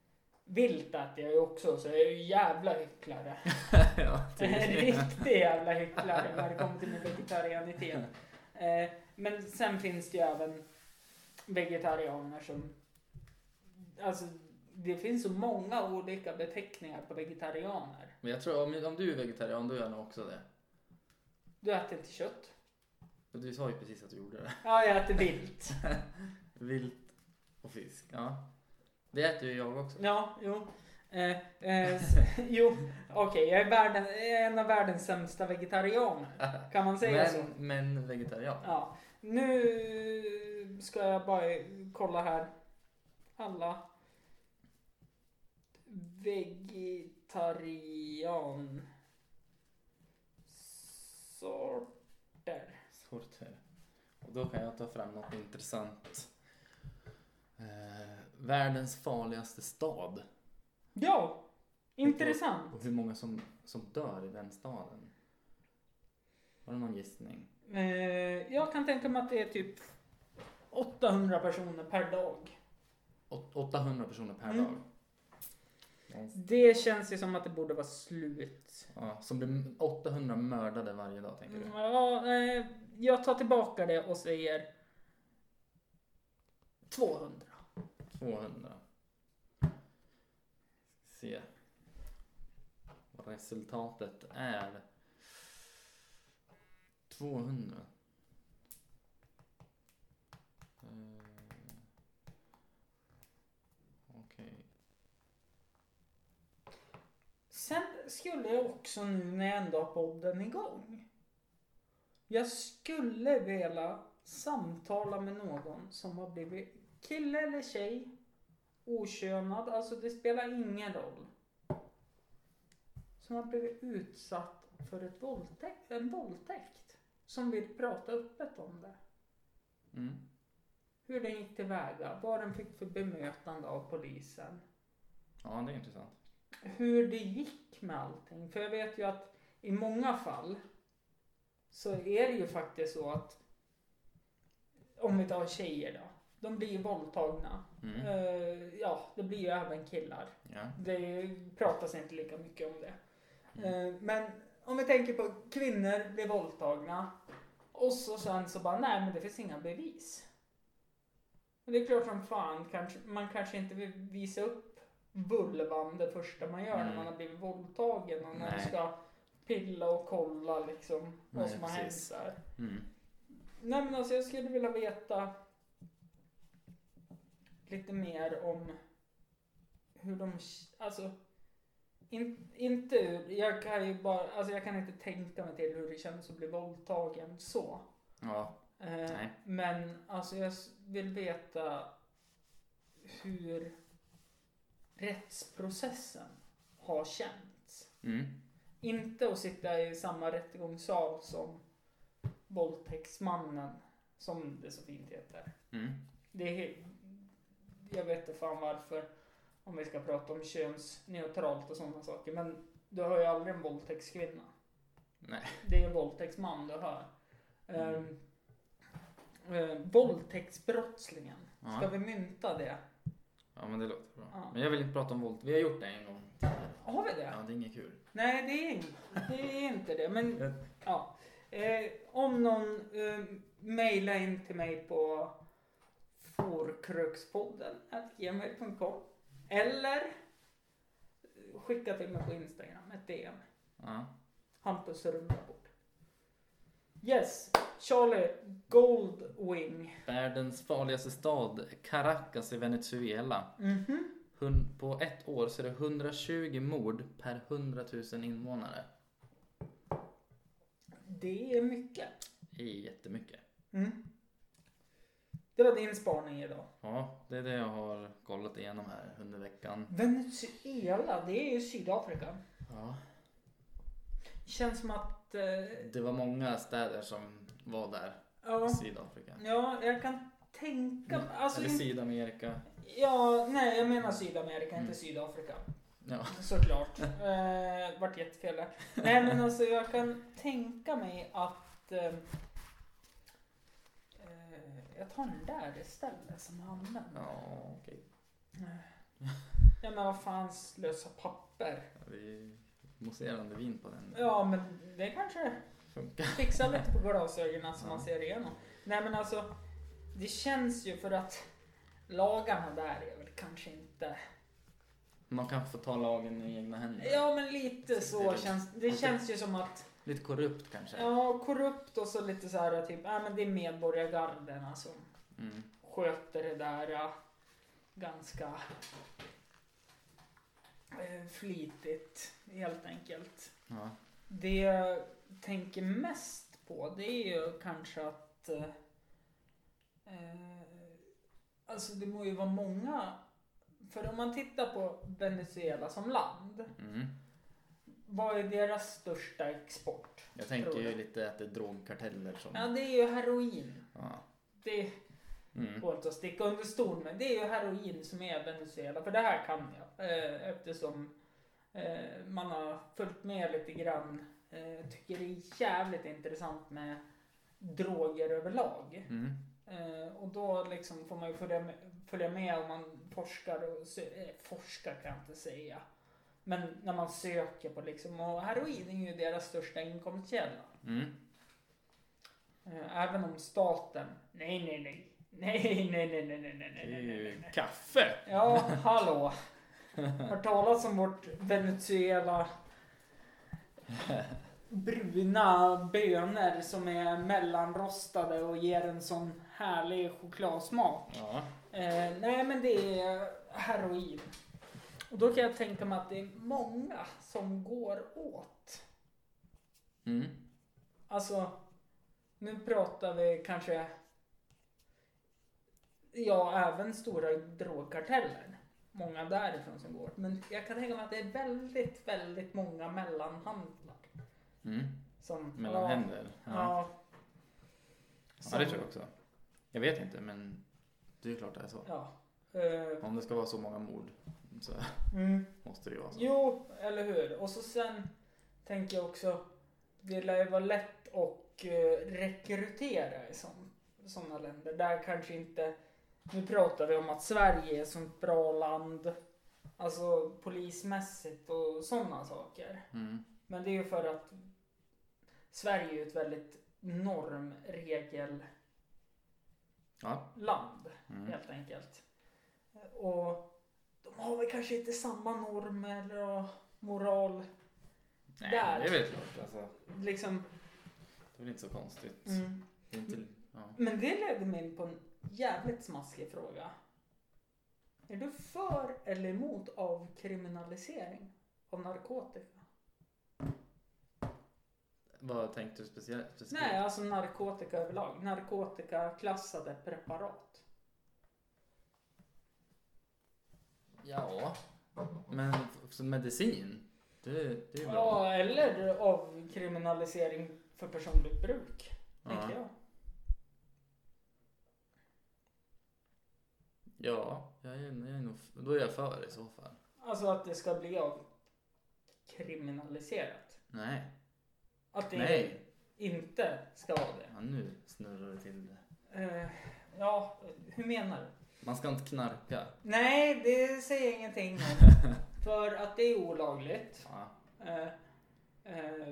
vilt äter jag ju också, så jag är ju jävla hycklare. Ja, En det riktig jävla hycklare när det kommer till min vegetarianitet. Eh, men sen finns det ju även vegetarianer som... Alltså, det finns så många olika beteckningar på vegetarianer. Men jag tror om, om du är vegetarian, då gör jag nog också det. Du äter inte kött. Och du sa ju precis att du gjorde det. Ja, jag äter vilt. Vilt och fisk, ja. Det äter ju jag också. Ja, jo. Eh, eh, s- jo, okej. jag är världen, jag är en av världens sämsta vegetarianer. Kan man säga så? Men, men vegetarian. Ja. Nu ska jag bara kolla här. Alla vegetarian sorter. Sorter. Och då kan jag ta fram något intressant. Eh, världens farligaste stad. Ja, intressant. Och hur många som, som dör i den staden. Har du någon gissning? Eh, jag kan tänka mig att det är typ åttahundra personer per dag. Åt- åttahundra personer per Mm. dag. Det känns ju som att det borde vara slut. Ja, som blir åttahundra mördade varje dag, tänker du? Mm, Ja, eh, jag tar tillbaka det och säger tvåhundra. tvåhundra. Se vad resultatet är. tvåhundra. Uh, Okej. Sen skulle jag också nu när jag ändå har podden igång. Jag skulle vilja samtala med någon som har blivit kille eller tjej, okönad, alltså det spelar ingen roll. Som har blivit utsatt för ett våldtäkt, en våldtäkt. som vill prata öppet om det. Mm. Hur den gick tillväga, vad den fick för bemötande av polisen. Ja, det är intressant. Hur det gick med allting. För jag vet ju att i många fall så är det ju faktiskt så att om vi tar tjejer då. De blir ju våldtagna. Mm. Uh, ja, det blir ju även killar. Ja. Det pratas inte lika mycket om det. Mm. Uh, men om vi tänker på kvinnor blir våldtagna. Och så sen så bara, nej men det finns inga bevis. Och det är klart som fan, kanske, man kanske inte vill visa upp vulvan det första man gör Mm. när man har blivit våldtagen. Och man Nej. ska pilla och kolla liksom vad Nej, som har hänt precis. där. Mm. Nej men alltså jag skulle vilja veta lite mer om hur de, alltså in, inte, jag kan ju bara, alltså jag kan inte tänka mig till hur det känns att bli våldtagen så. Ja. Eh, Nej. men alltså jag s- vill veta hur rättsprocessen har känts. Mm. Inte att sitta i samma rättegångssal som våldtäktsmannen, som det så fint heter. Mm. Det är helt, jag vet inte fan varför, om vi ska prata om könsneutralt och sådana saker, men du hör ju aldrig en våldtäktskvinna. Nej. Det är en våldtäktsman du hör. Mm. Um, uh, våldtäktsbrottslingen. Ja. Ska vi mynta det? Ja, men det låter bra. Ja. Men jag vill inte prata om våld. Vi har gjort det en gång. Har vi det? Ja, det är inget kul. Nej, det är, inte, det är inte det. Men Jag- ja. Eh, om någon eh, mejlar in till mig på forkrökspodden at gmail punkt com eller skicka till mig på Instagram ett D M. Ja. Hampus Rundabord. Yes, Charlie Goldwing. Världens farligaste stad, Caracas i Venezuela. Mhm. Hun- på ett år så är det hundratjugo mord per hundratusen invånare. Det är mycket. Det är jättemycket. Mm. Det var din spaning idag. Ja, det är det jag har kollat igenom här under veckan. Venezuela, det är ju Sydafrika. Ja. Känns som att... Eh, Det var många städer som var där ja, i Sydafrika. ja, jag kan tänka... Alltså, Eller in- Sydamerika. ja, nej, jag menar Sydamerika, Mm. inte Sydafrika. Ja. Såklart. Eh, vart jättefel där. Nej, men alltså jag kan tänka mig att... Eh, eh, jag tar den där istället som jag använder. Ja, okej. Ja, men vad fan, slösa papper. Det är mousserande vin på den. Ja, men det kanske Funkar. fixar lite på glasögonen så Ja. man ser igenom. Nej, men alltså, det känns ju för att lagarna där är väl kanske inte... Man kan få ta lagen i egna händer. Ja, men lite så Det- känns det. känns ju som att... Lite korrupt kanske. Ja, korrupt och så lite så här typ, ja men det är medborgargarderna som Mm. sköter det där ja, ganska eh, flitigt helt enkelt. Ja. Det jag tänker mest på det är ju kanske att eh, eh, alltså det må ju vara många, för om man tittar på Venezuela som land, Mm. vad är deras största export? Jag tänker Tror ju du? lite att det är drogkarteller som... Ja, det är ju heroin. Ja. Det Mm. går inte att sticka under stol med. Det är ju heroin som är Venezuela. För det här kan jag. Eh, eftersom eh, man har följt med lite grann. Eh, tycker det är jävligt intressant med droger överlag. Mm. Eh, och då liksom får man ju följa med, följa med om man forskar och sö- eh, forskar kan jag inte säga. Men när man söker på liksom, och heroin är ju deras största inkomstkälla. Mm. Eh, även om staten, nej nej nej. Nej, nej, nej, nej, nej, nej, Det är nej, nej, ju nej. kaffe! Ja, hallå. Har talat om vårt Venezuela bruna bönor som är mellanrostade och ger en sån härlig chokladsmak. Ja. Eh, nej, men det är heroin. Och då kan jag tänka mig att det är många som går åt. Mm. Alltså, nu pratar vi kanske, ja, även stora drogkarteller. Många därifrån som går. Men jag kan tänka mig att det är väldigt, väldigt många mellanhandlar. Mm. Som, Mellan ja, händer. Ja. Ja, det tror jag också. Jag vet inte, men det är klart det är så. Ja. Uh, Om det ska vara så många mord så mm. måste det ju vara så. Jo, eller hur? Och så sen tänker jag också, det lär ju vara lätt att uh, rekrytera i sådana länder. Där kanske inte, nu pratar vi om att Sverige är ett sånt bra land, alltså polismässigt och sådana saker. Mm. Men det är ju för att Sverige är ju ett väldigt normregel Ja. land, Mm. helt enkelt. Och de har väl kanske inte samma normer och moral. Nej, där. det är väl klart. Alltså, Liksom, det är väl inte så konstigt. mm. Det är inte, ja. Men det ledde mig in på en jävligt smaskig fråga. Är du för eller emot avkriminalisering av narkotika? Vad tänkte du speciellt? specifikt? Nej, alltså narkotika överlag. Narkotikaklassade preparat. Ja, men som medicin, det, det är ju bra. Ja, eller avkriminalisering för personligt bruk, Ja. tänker jag. Ja, jag är, jag är nog, då är jag för i så fall. Alltså att det ska bli avkriminaliserat. Nej, Att det nej. inte ska vara det. Ja, nu snurrar det till det. Eh, ja, hur menar du? Man ska inte knarka. Nej, det säger jag ingenting om. För att det är olagligt. Ja. Eh, eh,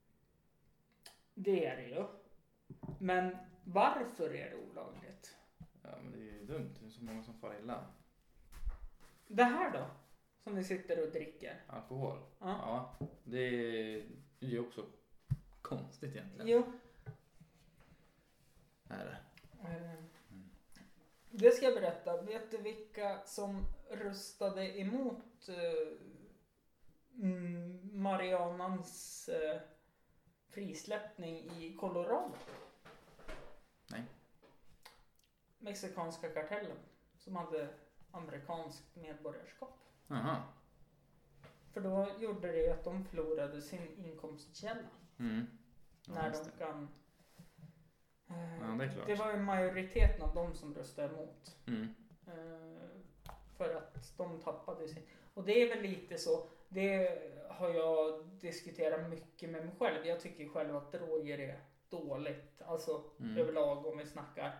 det är det ju. Men varför är det olagligt? Ja, men det är ju dumt. Det är så många som far illa. Det här då? Som vi sitter och dricker. Alkohol. Ja. Ja, det är ju också konstigt egentligen. Jo. Är det? Eh, det ska jag berätta. Vet du vilka som röstade emot eh, mm, Marianans eh, frisläppning i Colorado? Nej. Mexikanska kartellen som hade amerikanskt medborgarskap. Aha. För då gjorde det att de förlorade sin inkomstkälla. Mm. Ja, när just de det. kan... Eh, Ja, det är klart. det var ju majoriteten av dem som röstade emot. Mm. Eh, för att de tappade sin... Och det är väl lite så... Det har jag diskuterat mycket med mig själv. Jag tycker själv att droger är dåligt. Alltså Mm. överlag om vi snackar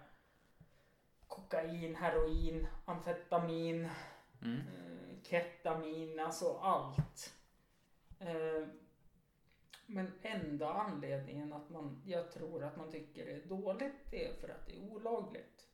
kokain, heroin, amfetamin, Mm. eh, ketamin, alltså allt. Eh, men enda anledningen att man, jag tror att man tycker det är dåligt, det är för att det är olagligt.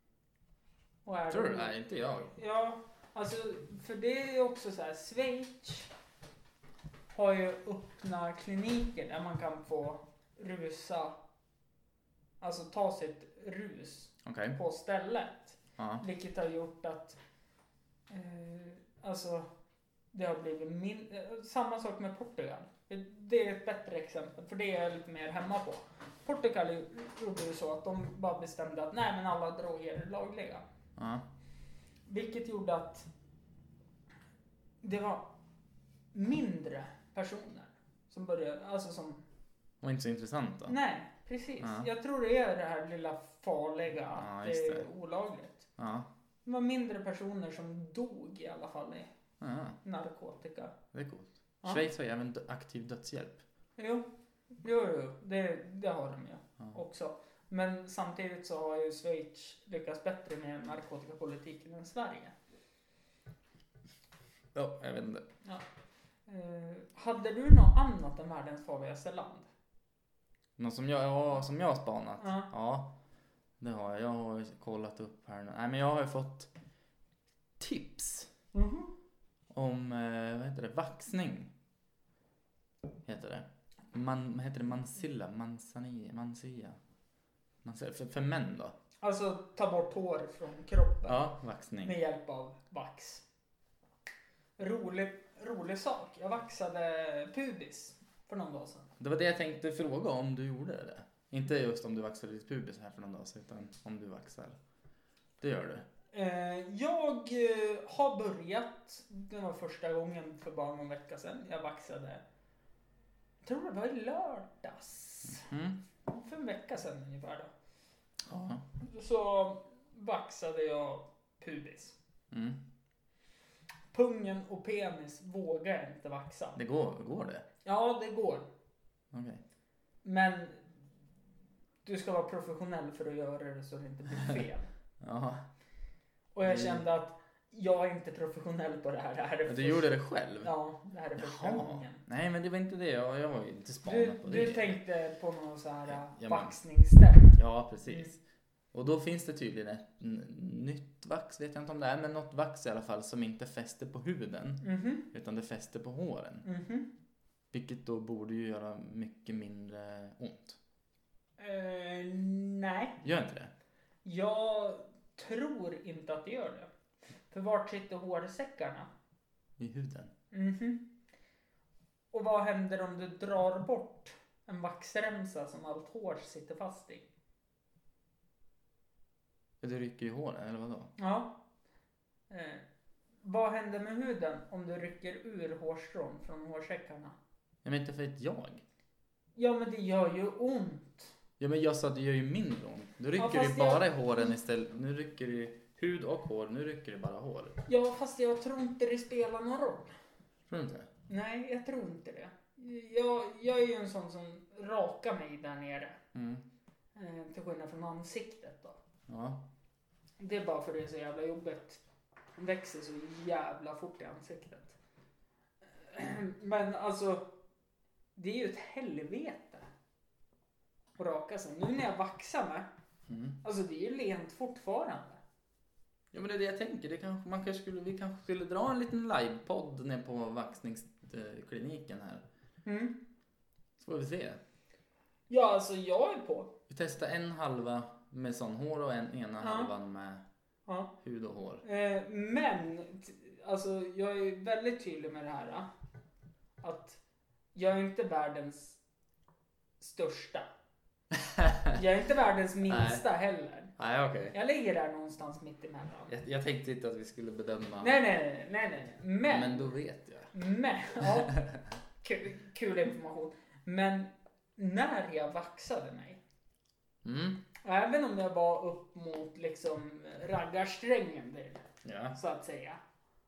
Och är Tror du? det- Nej, inte jag. Ja, alltså för det är också så här, Schweiz har ju öppna kliniker där man kan få rusa, alltså ta sitt rus Okej. på stället. Ja. Vilket har gjort att eh, alltså det har blivit min- eh, samma sak med Portugal. Det är ett bättre exempel, för det är jag lite mer hemma på. Portugal gjorde ju så att de bara bestämde att nej, men alla droger är lagliga. Ja. Vilket gjorde att det var mindre personer som började, alltså som, Och inte så intressant då. nej, precis. Ja. Jag tror det är det här lilla farliga Ja, att det just är det. olagligt. Ja. Det var mindre personer som dog i alla fall i Ja, narkotika. det är coolt. Ja. Schweiz har ju även d- aktiv dödshjälp. Jo, jo, jo. Det, det har de ju Ja. också. Men samtidigt så har ju Schweiz lyckats bättre med narkotikapolitiken än Sverige. Ja, jag vet inte. Ja. Eh, hade du något annat än världens farligaste land? Något som jag, ja, som jag har spanat? Ja. Ja, det har jag. Jag har ju kollat upp här nu. Nej, men jag har ju fått tips Mhm. om, eh, vad heter det, vaxning. Heter det. Man, vad heter det? Mansilla, mansania, mansia. Mansilla. För, för män då? Alltså ta bort hår från kroppen Ja, vaxning. med hjälp av vax. Rolig, rolig sak. Jag vaxade pubis för någon dag sedan. Det var det jag tänkte fråga om du gjorde det. Inte just om du vaxade ditt pubis här för någon dag sedan, utan om du vaxar. Det gör du. Eh, jag eh, har börjat, det var första gången för bara någon vecka sedan. Jag vaxade, jag tror det var i lördags. Mm. För en vecka sedan ungefär då. Ja. så vaxade jag pubis. Mm. Pungen och penis vågar jag inte vaxa. Det går, går det? Ja, det går. Okej. Okay. Men du ska vara professionell för att göra det så det inte blir fel. Ja. Och jag kände att jag är inte professionell på det här. Det här är du först... gjorde det själv? Ja, det här är första Jaha. gången. Nej, men det var inte det. Jag, jag var ju inte spanat Du, på det. du tänkte på någon så här Ja, men- vaxningsställe. Ja, precis. Mm. Och då finns det tydligen ett n- nytt vax, vet jag inte om det är, men något vax i alla fall som inte fäster på huden. Mhm. Utan det fäster på håren. Mhm. Vilket då borde ju göra mycket mindre ont. Eh, nej. Gör inte det? Jag tror inte att det gör det. För vart sitter hårsäckarna? I huden? Mhm. Och vad händer om du drar bort en vaxremsa som allt hår sitter fast i? Du rycker i håren, eller vadå? Ja. Eh, vad händer med huden om du rycker ur hårstrån från hårsäckarna? Ja, men inte för ett jag. Ja, men det gör ju ont. Ja, men jag sa att det gör ju mindre ont. Du rycker Ja, ju fast bara jag- i håren istället. Nu rycker du hud och hår, nu rycker du bara hår. Ja, fast jag tror inte det spelar någon roll. Tror du inte? Nej, jag tror inte det. Jag, jag är ju en sån som rakar mig där nere. Mm. Eh, till skillnad från ansiktet då. Ja. Det är bara för det är så jävla jobbigt. Det växer så jävla fort i ansiktet. Men alltså, det är ju ett helvete att raka sig. Nu när jag vaxar mig, Mm. alltså det är ju lent fortfarande. Ja, men det är det jag tänker. Det kanske, man kanske skulle, vi kanske skulle dra en liten livepodd ner på vaxningskliniken här. Mm. Så får vi se. Ja, alltså jag är på. Vi testar en halva med sån hår och en ena Ja. halvan med Ja. hud och hår. Eh, men, t- alltså jag är väldigt tydlig med det här. eh, Att jag är inte världens största. Jag är inte världens minsta heller. Nej, okej. Jag ligger där någonstans mitt emellan. Jag, jag tänkte inte att vi skulle bedöma. Nej, nej, nej, nej, nej. Men, Men då vet jag. men, ja, kul, kul information. Men när jag vaxade mig, Mm. även om jag var upp mot liksom raggarsträngen där, Ja. så att säga.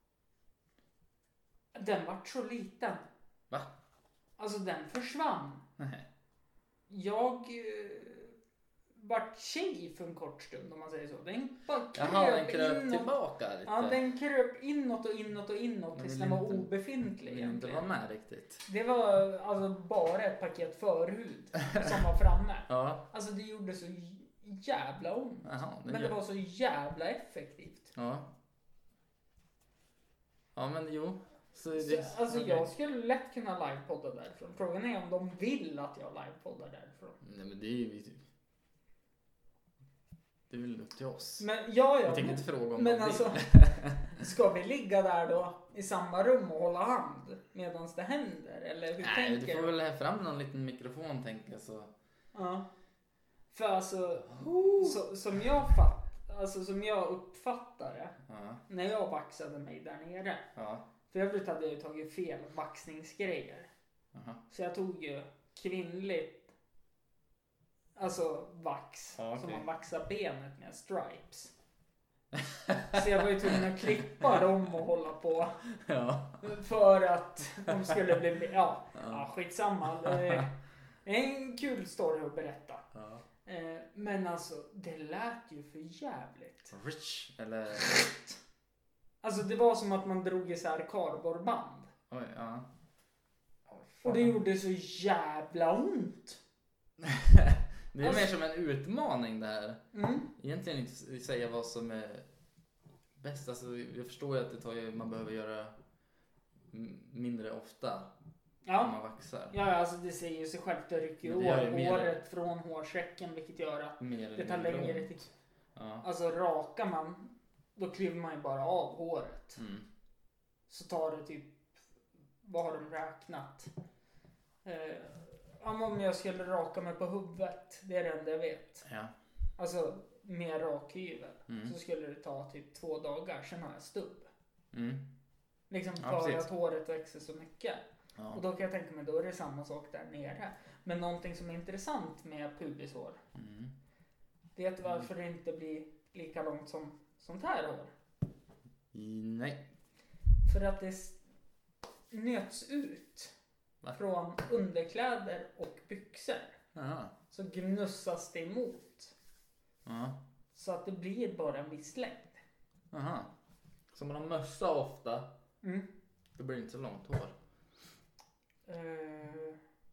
Den var så liten. Va? Alltså den försvann. Nej. Jag eh, vart tjej för en kort stund om man säger så. Den bara kröp, Jaha, den kröp inåt. tillbaka lite. Ja, den kröp inåt och inåt och inåt Den tills vill den var inte- obefintlig Vill inte vara egentligen. med riktigt. Det var alltså bara ett paket förhud som var framme. Ja. Alltså det gjorde så jävla ont. Jaha, det Men det gör- var så jävla effektivt. Ja. Ja, men jo. Så Så, det, alltså okej. jag skulle lätt kunna livepodda därifrån. Frågan är om de vill att jag livepoddar därifrån. Nej, men det är ju... Det är väl upp till oss. Men ja, ja. Jag tänker inte fråga om Men de alltså, vill. ska vi ligga där då i samma rum och hålla hand medan det händer? Eller hur Nej, tänker du får väl ha fram någon liten mikrofon, tänker jag, så. Ja. För alltså, så, som jag fatt, alltså som jag uppfattar det, Ja. när jag vaxade mig där nere. Ja. För övrigt hade jag ju tagit fel vaxningsgrejer. Aha. Så jag tog ju kvinnligt, alltså vax, Ja, okej. som man vaxar benet med, stripes. Så jag var ju tvungen att klippa dem och hålla på. Ja. För att de skulle bli, ja, Ja. ja skitsamma. Det är en kul story att berätta. Ja. Eh, Men alltså, det lät ju för jävligt. Rich, eller... Alltså det var som att man drog isär kardborreband. Oj, ja. Och det gjorde så jävla ont. Det är Alltså- mer som en utmaning där. Mm. Egentligen inte säga vad som är bäst. Alltså, jag förstår ju att det tar ju, man behöver göra m- mindre ofta när Ja. man vaxar. Ja, alltså det säger ju sig självt. Det rycker ju Men det gör ju hår, mer- håret från hårsäcken, vilket gör att Mer eller det tar mindre längre ont. tid. Ja. Alltså rakar man, då kliver man ju bara av håret. Mm. Så tar det typ, vad har de räknat? Eh, om jag skulle raka mig på huvudet, det är det enda jag vet. Ja. Alltså med rakhyvel. Mm. Så skulle det ta typ två dagar, sen har jag stubb. Mm. Liksom Ja, för precis. att håret växer så mycket. Ja. Och då kan jag tänka mig, då är det samma sak där nere. Men någonting som är intressant med pubishår, Mm. Vet du varför det inte blir lika långt som sånt här hår? I, nej. För att det s- nöts ut Va? från underkläder och byxor. Jaha. Så gnussas det emot. Ja. Så att det blir bara en viss längd. Aha. Så man har mössa ofta. Mm. Det blir inte så långt hår. Uh,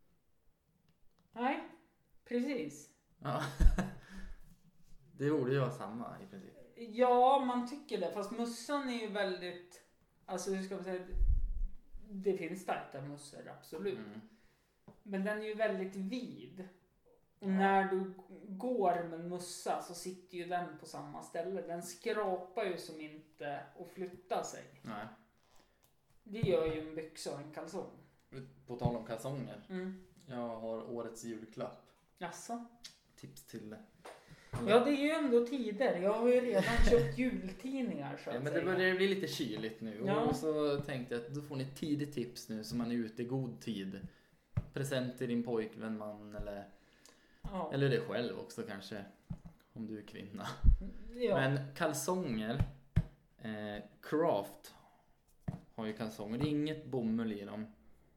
nej, precis. Ja. Det borde ju vara samma i princip. Ja, man tycker det. Fast mössan är ju väldigt... Alltså hur ska man säga... Det finns starka mössor, absolut. Mm. Men den är ju väldigt vid. Och när du går med en mössa så sitter ju den på samma ställe. Den skrapar ju som inte och flyttar sig. Nej. Det gör ju en byxa och en kalsong. På tal om kalsonger. Mm. Jag har årets julklapp. Jaså? Tips till det. Ja, det är ju ändå tider. Jag har ju redan köpt jultidningar så att Ja, men det säga. börjar bli lite kyligt nu. Ja. Och så tänkte jag att då får ni tidigt tips nu så man är ute i god tid. Present till din pojkvän, man eller, Ja. eller dig själv också kanske. Om du är kvinna. Ja. Men kalsonger. Eh, Craft har ju kalsonger. Det är inget bomull i dem.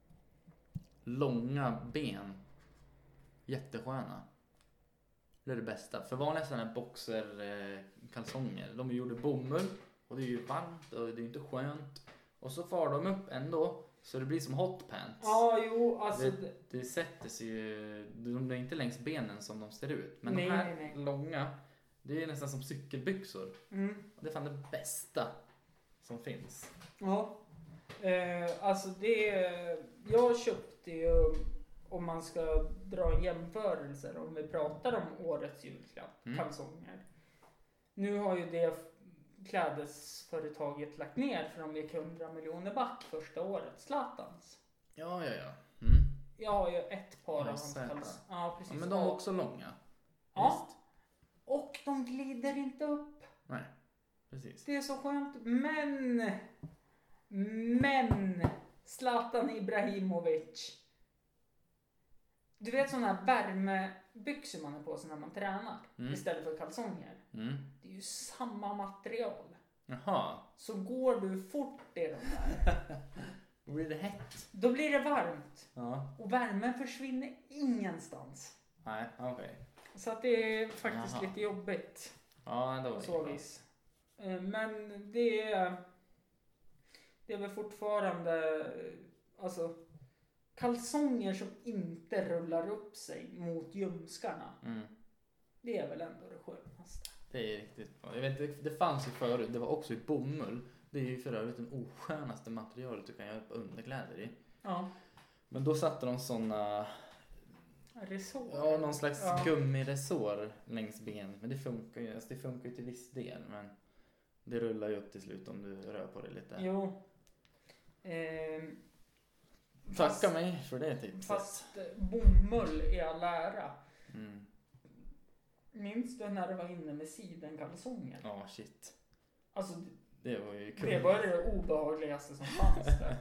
Långa ben. Jättesköna. Det är det bästa. För vanliga sådana här boxer eh, kalsonger. De är gjorda bomull. Och det är ju varmt och det är inte skönt. Och så far de upp ändå. Så det blir som hot pants. Ja, jo, alltså... Det, det sätter sig ju. De är inte längs benen som de ser ut. Men Nej, de här nej, nej. långa. Det är nästan som cykelbyxor. Mm. Och det är fan det bästa som finns. Ja. Eh, alltså det... Jag köpte ju... Om man ska dra en jämförelse. Om vi pratar om årets julklapp. Mm. Kalsonger. Nu har ju det klädesföretaget lagt ner. För de gick hundra miljoner back första året. Zlatans. Ja, ja, ja. Mm. Jag har ju ett par Ja, av hans säkert. kalsonger. Ja, precis. Ja, men de är också långa. Ja. Visst. Och de glider inte upp. Nej, precis. Det är så skönt. Men... Men... Zlatan Ibrahimovic. Du vet sådana här värmebyxor man har på sig när man tränar. Mm. Istället för kalsonger. Mm. Det är ju samma material. Jaha. Så går du fort i de där. Då blir det hett. Då blir det varmt. Ja. Och värmen försvinner ingenstans. Nej, okej. Så att det är faktiskt Jaha. lite jobbigt. Ja, det var På det så bra. vis. Eh, Men det är... Det är väl fortfarande... Alltså... Kalsonger som inte rullar upp sig mot ljumskarna. Mm. Det är väl ändå det skönaste. Det är riktigt bra. Jag vet, det, det fanns ju förut. Det var också i bomull. Det är ju för övrigt den oskönaste materialet du kan göra på underkläder i. Ja. Men då satte de såna... Resår. Ja, någon slags Ja. gummiresår längs ben. Men det funkar ju, alltså det funkar ju till viss del. Men det rullar ju upp till slut om du rör på det lite. Jo. Ehm, Tacka fast- mig för det tipset. Fast eh, bomull är all ära. Mm. Minns du när det var inne med sidenkalsonger? Ja, shit. Alltså, Det var ju kul. det var det obehagligaste som fanns där.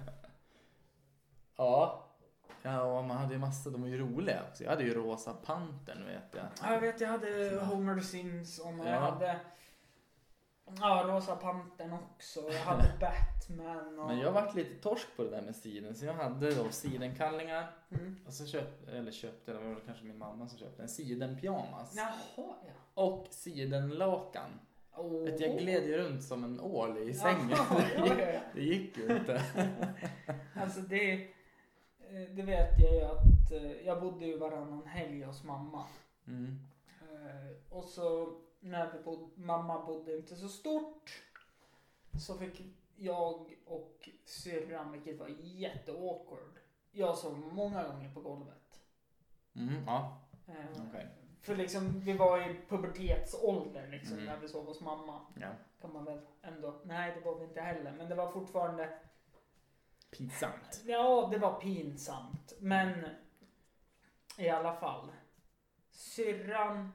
Ja. Ja, och man hade ju massa, de var ju roliga också. Jag hade ju Rosa Pantern, vet jag. Ja, jag vet, jag hade Homer Simpson och jag Ja. hade ja, Rosa Pantern också. Jag hade Batman och... Men jag varit lite torsk på det där med siden. Så jag hade då sidenkallingar. Mm. Och så köpte, eller köpte, det var väl kanske min mamma som köpte en sidenpyjamas. Jaha, ja. Och sidenlakan. Oh. Vet, jag gled ju runt som en ål i sängen. Jaha, ja, ja, ja. Det gick ju inte. Alltså det, eh, det vet jag ju att eh, jag bodde ju varannan helg hos mamma. Mm. Eh, Och så när vi bod, mamma bodde inte så stort så fick jag och syrran, vilket var jätteawkward. Jag sov många gånger på golvet. Mm, ja, Eh, okej. För liksom vi var i pubertetsålder liksom Mm. när vi sov hos mamma. Ja. Kan man väl ändå. Nej, det var vi inte heller, men det var fortfarande Pinsamt. ja, det var pinsamt, men i alla fall. Syrran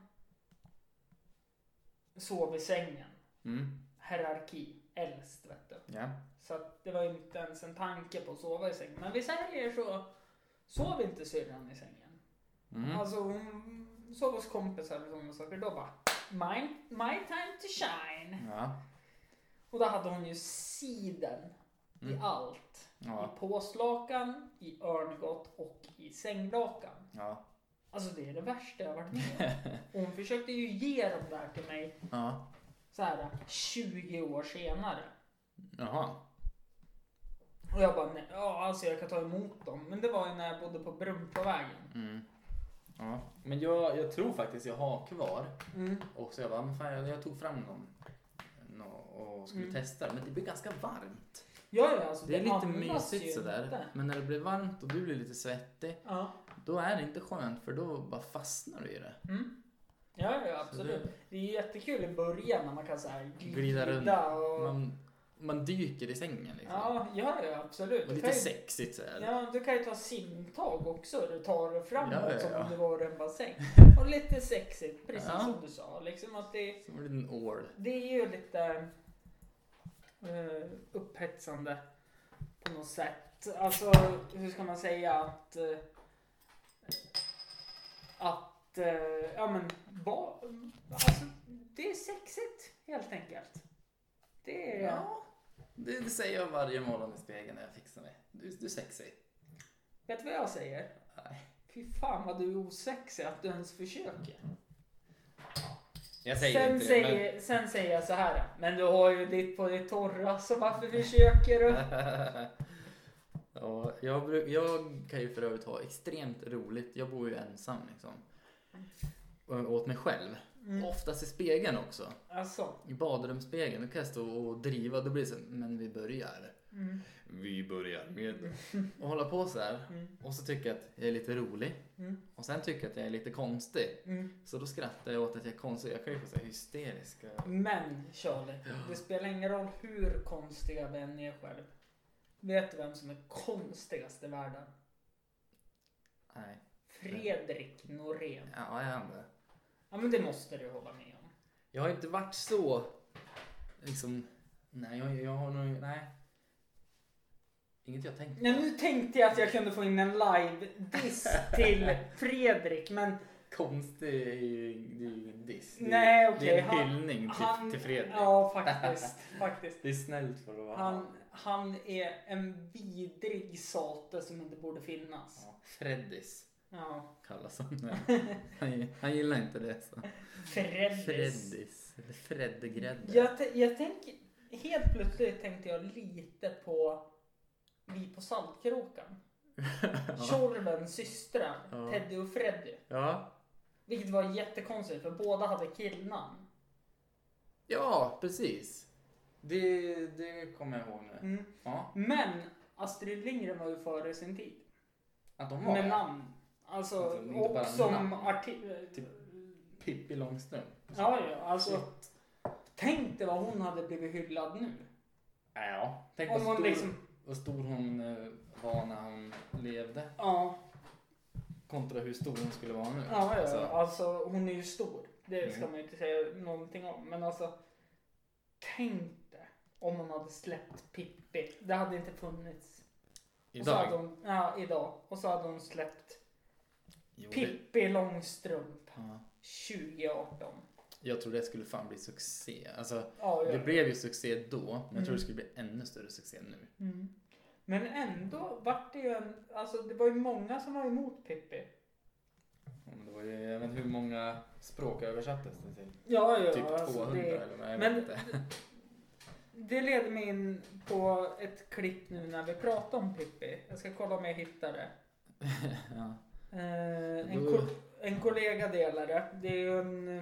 sov i sängen. Mm. Hierarki, äldst vet du. Ja. Så att det var inte ens en tanke på att sova i sängen. Men vissa helger så sov inte syrran i sängen. Mm. Alltså hon sov hos kompisar och sådana saker. Då bara my, my time to shine. Ja. Och då hade hon ju siden Mm. i allt. Ja. I påslakan, i örngott och i sänglakan. Ja. Alltså det är det värsta jag har varit med om. Och hon försökte ju ge dem där till mig Ja. så här tjugo år senare. Jaha. Och jag bara, nej, ja alltså jag kan ta emot dem. Men det var ju när jag bodde på Brunpåvägen. Mm. Ja. Men jag, jag tror faktiskt jag har kvar. Mm. Och så jag bara, men fan, jag, jag tog fram dem nå- och skulle Mm. testa. Men det blir ganska varmt. Ja, ja, alltså Det är lite andas ju mysigt sådär. inte. Men när det blir varmt och du blir lite svettig, Ja. då är det inte skönt för då bara fastnar du i det. Mm. Ja, ja, Så absolut. det- Det är jättekul i början när man kan så här glida, Glida runt. och... Man, man dyker i sängen liksom. Ja, ja, ja, absolut. Och Du lite kan ju- sexigt såhär. Ja, du kan ju ta simtag också. Du tar det framåt Ja, ja, som ja. om det var en bassäng. Och lite sexigt, precis Ja. som du sa. Liksom att det, Som en liten ål. det är ju lite uh, upphetsande på något sätt. Alltså, hur ska man säga att... Uh, att, uh, ja men, ba, alltså, det är sexigt helt enkelt. Det är... Ja. Det, det säger jag varje morgon i spegeln när jag fixar mig. Du, du är sexig. Vet du vad jag säger? Nej. Fy fan vad du är osexig att du ens försöker. Jag säger Sen inte säger, det, sen säger jag så här. Men du har ju ditt på ditt torra, så varför försöker du? men... ja, jag, bruk, jag kan ju för övrigt ha extremt roligt. Jag bor ju ensam liksom. Och åt mig själv. Mm. Oftast i spegeln också. Alltså. I badrumsspegeln. Då kan jag stå och driva. Då blir det så, men vi börjar. Mm. Vi börjar med och hålla på så här. Mm. Och så tycker jag att jag är lite rolig. Mm. Och sen tycker jag att jag är lite konstig. Mm. Så då skrattar jag åt att jag är konstig. Jag kan ju få så här hysteriska. Men Charlie, det spelar ingen roll hur konstiga vi än är själv. Vet du vem som är konstigast i världen? Nej. Fredrik Norén. Ja, jag är det. Ja, men det måste du hålla med om. Jag har inte varit så liksom. Nej, jag, jag har nog nej. Inget jag tänkt. Nej, nu tänkte jag att jag kunde få in en live-diss till Fredrik, men Konstig är ju, det är ju ingen diss. Det är, nej, okej. det är en han- hyllning till, han- till Fredrik. Ja, faktiskt. faktiskt. Det är snällt för att vara Han, han är en vidrig sate som inte borde finnas. ja, Freddis Ja. kallas han. han. Han gillar inte det så. Freddis. Freddis. Eller Freddegrädde. Jag, t- jag tänker, helt plötsligt tänkte jag lite på Vi på Saltkråkan. Tjorvens systrar, Ja. Teddy och Freddy. Ja. Vilket var jättekonstigt för båda hade killnamn. Ja, precis. Det, det kommer jag ihåg nu. Mm. Ja. Men Astrid Lindgren var ju före sin tid. Att de var Med det. namn. Alltså, Alltså, inte och bara som namn. arti- Typ Pippi Långstrump. Ja, ja, alltså. Tänk dig vad hon hade blivit hyllad nu. Ja. Tänk Om vad hon stor, liksom, vad stor hon eh, var när hon levde. ja, Kontra hur stor hon skulle vara nu. ja, ja, Så, alltså hon är ju stor. Det ska Mm. man ju inte säga någonting om. Men alltså, tänk dig om hon hade släppt Pippi. Det hade inte funnits. Och så hade idag. hon, ja, idag. Och så hade hon släppt Jo, det, Pippi Långstrump ja. tjugo arton. Jag tror det skulle fan bli succé. Alltså, Ja, ja. det blev ju succé då. Men jag Mm. tror det skulle bli ännu större succé nu. Mm. Men ändå vart det ju en, alltså det var ju många som var emot Pippi. Ja, men det var ju, jag vet inte hur många språk översattes det till. Ja, ja, Typ alltså tvåhundra det, eller vad, jag men- vet inte. det leder mig in på ett klipp nu när vi pratar om Pippi. Jag ska kolla om jag hittar det. Ja. Eh, en, ko- en kollega delar det. Det är ju en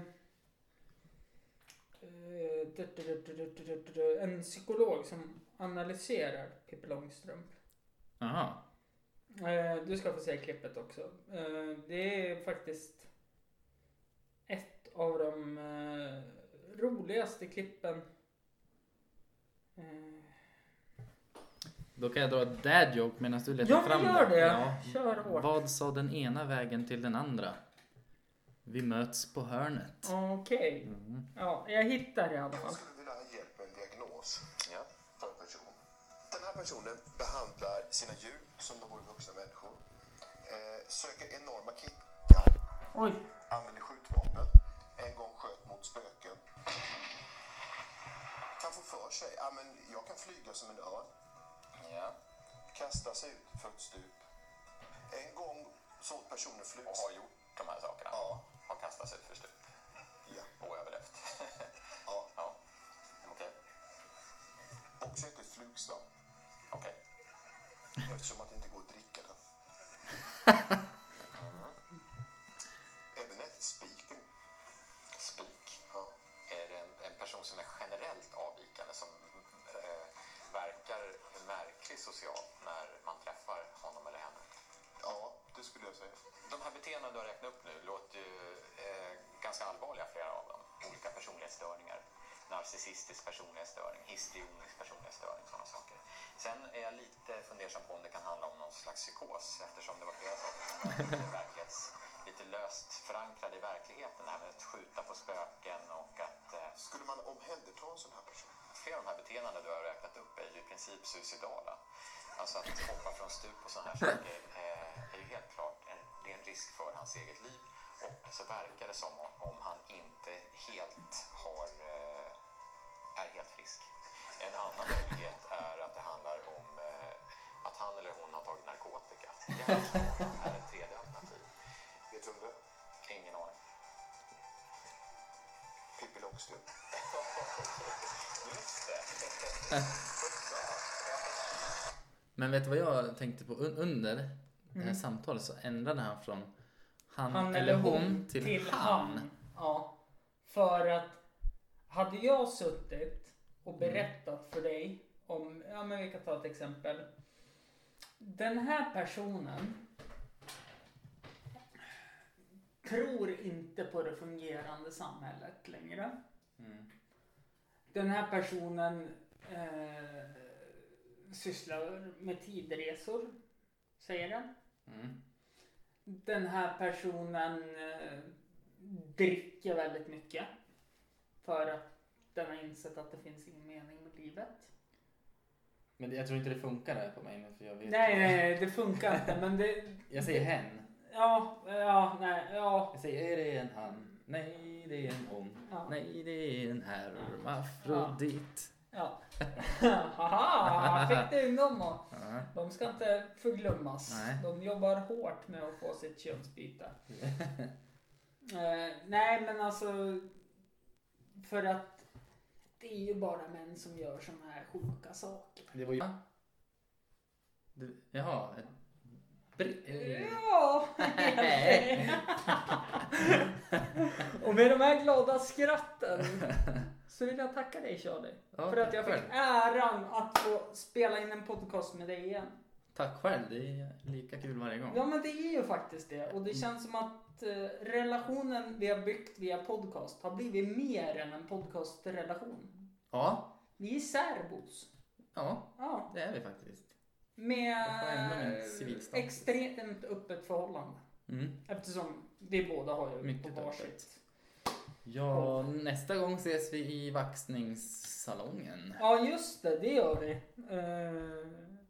eh, du- du- du- du- du- du- du- en psykolog som analyserar Pippi Långstrump. Aha. Eh, du ska få se klippet också. Eh, det är faktiskt ett av de eh, roligaste klippen. Eh, Då kan jag dra ett dad joke medan du letar ja, fram men gör det. Ja. Kör hårt. Vad sa den ena vägen till den andra? Vi möts på hörnet. Okej. Mm. Ja, jag hittar i alla Jag fall. skulle vilja ha hjälp med en diagnos för en person. Den här personen behandlar sina djur som de vore vuxna människor. Eh, söker enorma kickar. Oj. Använder skjutvapen. En gång sköt mot spöken. Kan få för sig, ja men jag kan flyga som en örn. Ja. Kasta sig ut för ett stup. En gång såg personen flyg. Och har gjort de här sakerna. Ja. Har kastat sig ut för stup. Ja. Och överlevt. Ja. Ja. Okej. Och sett ett flugslag. Okej. Eftersom att det inte går att dricka den. Mm. Även ett spiken. Spik. Ja. Är det en, en person som är generellt avvikande som eh, verkar märklig socialt när man träffar honom eller henne? Ja, det skulle jag säga. De här beteenden du har räknat upp nu låter ju eh, ganska allvarliga, flera av dem. Olika personlighetsstörningar, narcissistisk personlighetsstörning, histrionisk personlighetsstörning, sådana saker. Sen är jag lite fundersam på om det kan handla om någon slags psykos, eftersom det var flera saker som var lite, verklighets, lite löst förankrade i verkligheten. Det här med att skjuta på spöken och att... Eh, Skulle man omhänderta en sån här person? Flera av de här beteenden du har räknat upp är ju i princip suicidala. Alltså att hoppa från stup och sådana här saker eh, är ju helt klart en, det är en risk för hans eget liv. Och så verkar det som om, om han inte helt har, eh, är helt frisk. En annan möjlighet är att det handlar om eh, att han eller hon har tagit narkotika. Det är ett tredje alternativ. Vet du om det? Ingen aning. Pippi Långstrump. Just det. Men vet du vad jag tänkte på? Un- under det här Mm. samtalet så ändrade han från han, Han eller hon till, till han. han. Ja. För att hade jag suttit och berättat för dig om, ja men vi kan ta ett exempel. Den här personen tror inte på det fungerande samhället längre. Mm. Den här personen eh, sysslar med tidresor, säger den. Mm. Den här personen eh, dricker väldigt mycket för att den har insett att det finns ingen mening med livet. Men jag tror inte det funkar där på mig nu för jag vet Nej, nej, det funkar inte, men det... Jag säger hen. Ja, ja, nej, ja. Jag säger är det en han? Nej, det är en hon. Ja. Nej, det är en hermafrodit. Ja. Haha, fick du in dem och Ja. de ska inte förglömmas. Nej. De jobbar hårt med att få sitt könsbyte. eh, nej, men alltså för att det är ju bara män som gör såna här sjuka saker. Det var ju... Du, jaha. ett Br- eh, Ja, och med de här glada skratten så vill jag tacka dig, Charlie. Ja, för att jag tack fick själv. äran att få spela in en podcast med dig igen. Tack själv, det är lika kul varje gång. Ja, men det är ju faktiskt det. Och det känns som att eh, relationen vi har byggt via podcast har blivit mer än en podcastrelation. Ja, Vi är särbos. ja, Ja. det är vi faktiskt. Med Jag får ändå min civilstatus. extremt öppet förhållande. Mm. Eftersom vi båda har ju Mycket på öppet. varsitt. Ja, nästa gång ses vi i vaxningssalongen. Ja, just det. Det gör vi. Uh,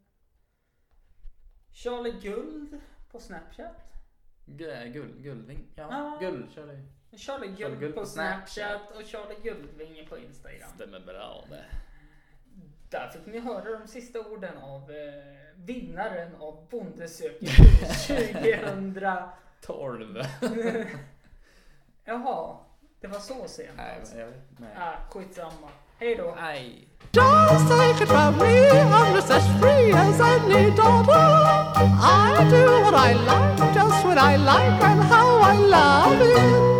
Charlie Guld på Snapchat. G- guld, guldving. Ja, Ja. guld, kör det. Charlie Guld, Charlie Guld på på Snapchat och Charlie Guldvinge på Instagram. Stämmer bra det. Där fick ni höra de sista orden av eh, vinnaren av Bondesöker tjugo tolv. Jaha, det var så sent Nej, alltså. jag vet nej. Ah, skitsamma. Hej då. Nej. Just take it from me, I'm just as free as any daughter. I do what I like, just when I like, and how I love it.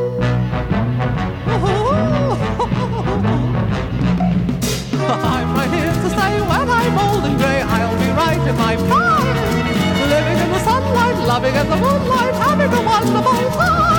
I'm right here to stay when I'm old and grey. I'll be right in my prime, living in the sunlight, loving in the moonlight, having a wonderful time.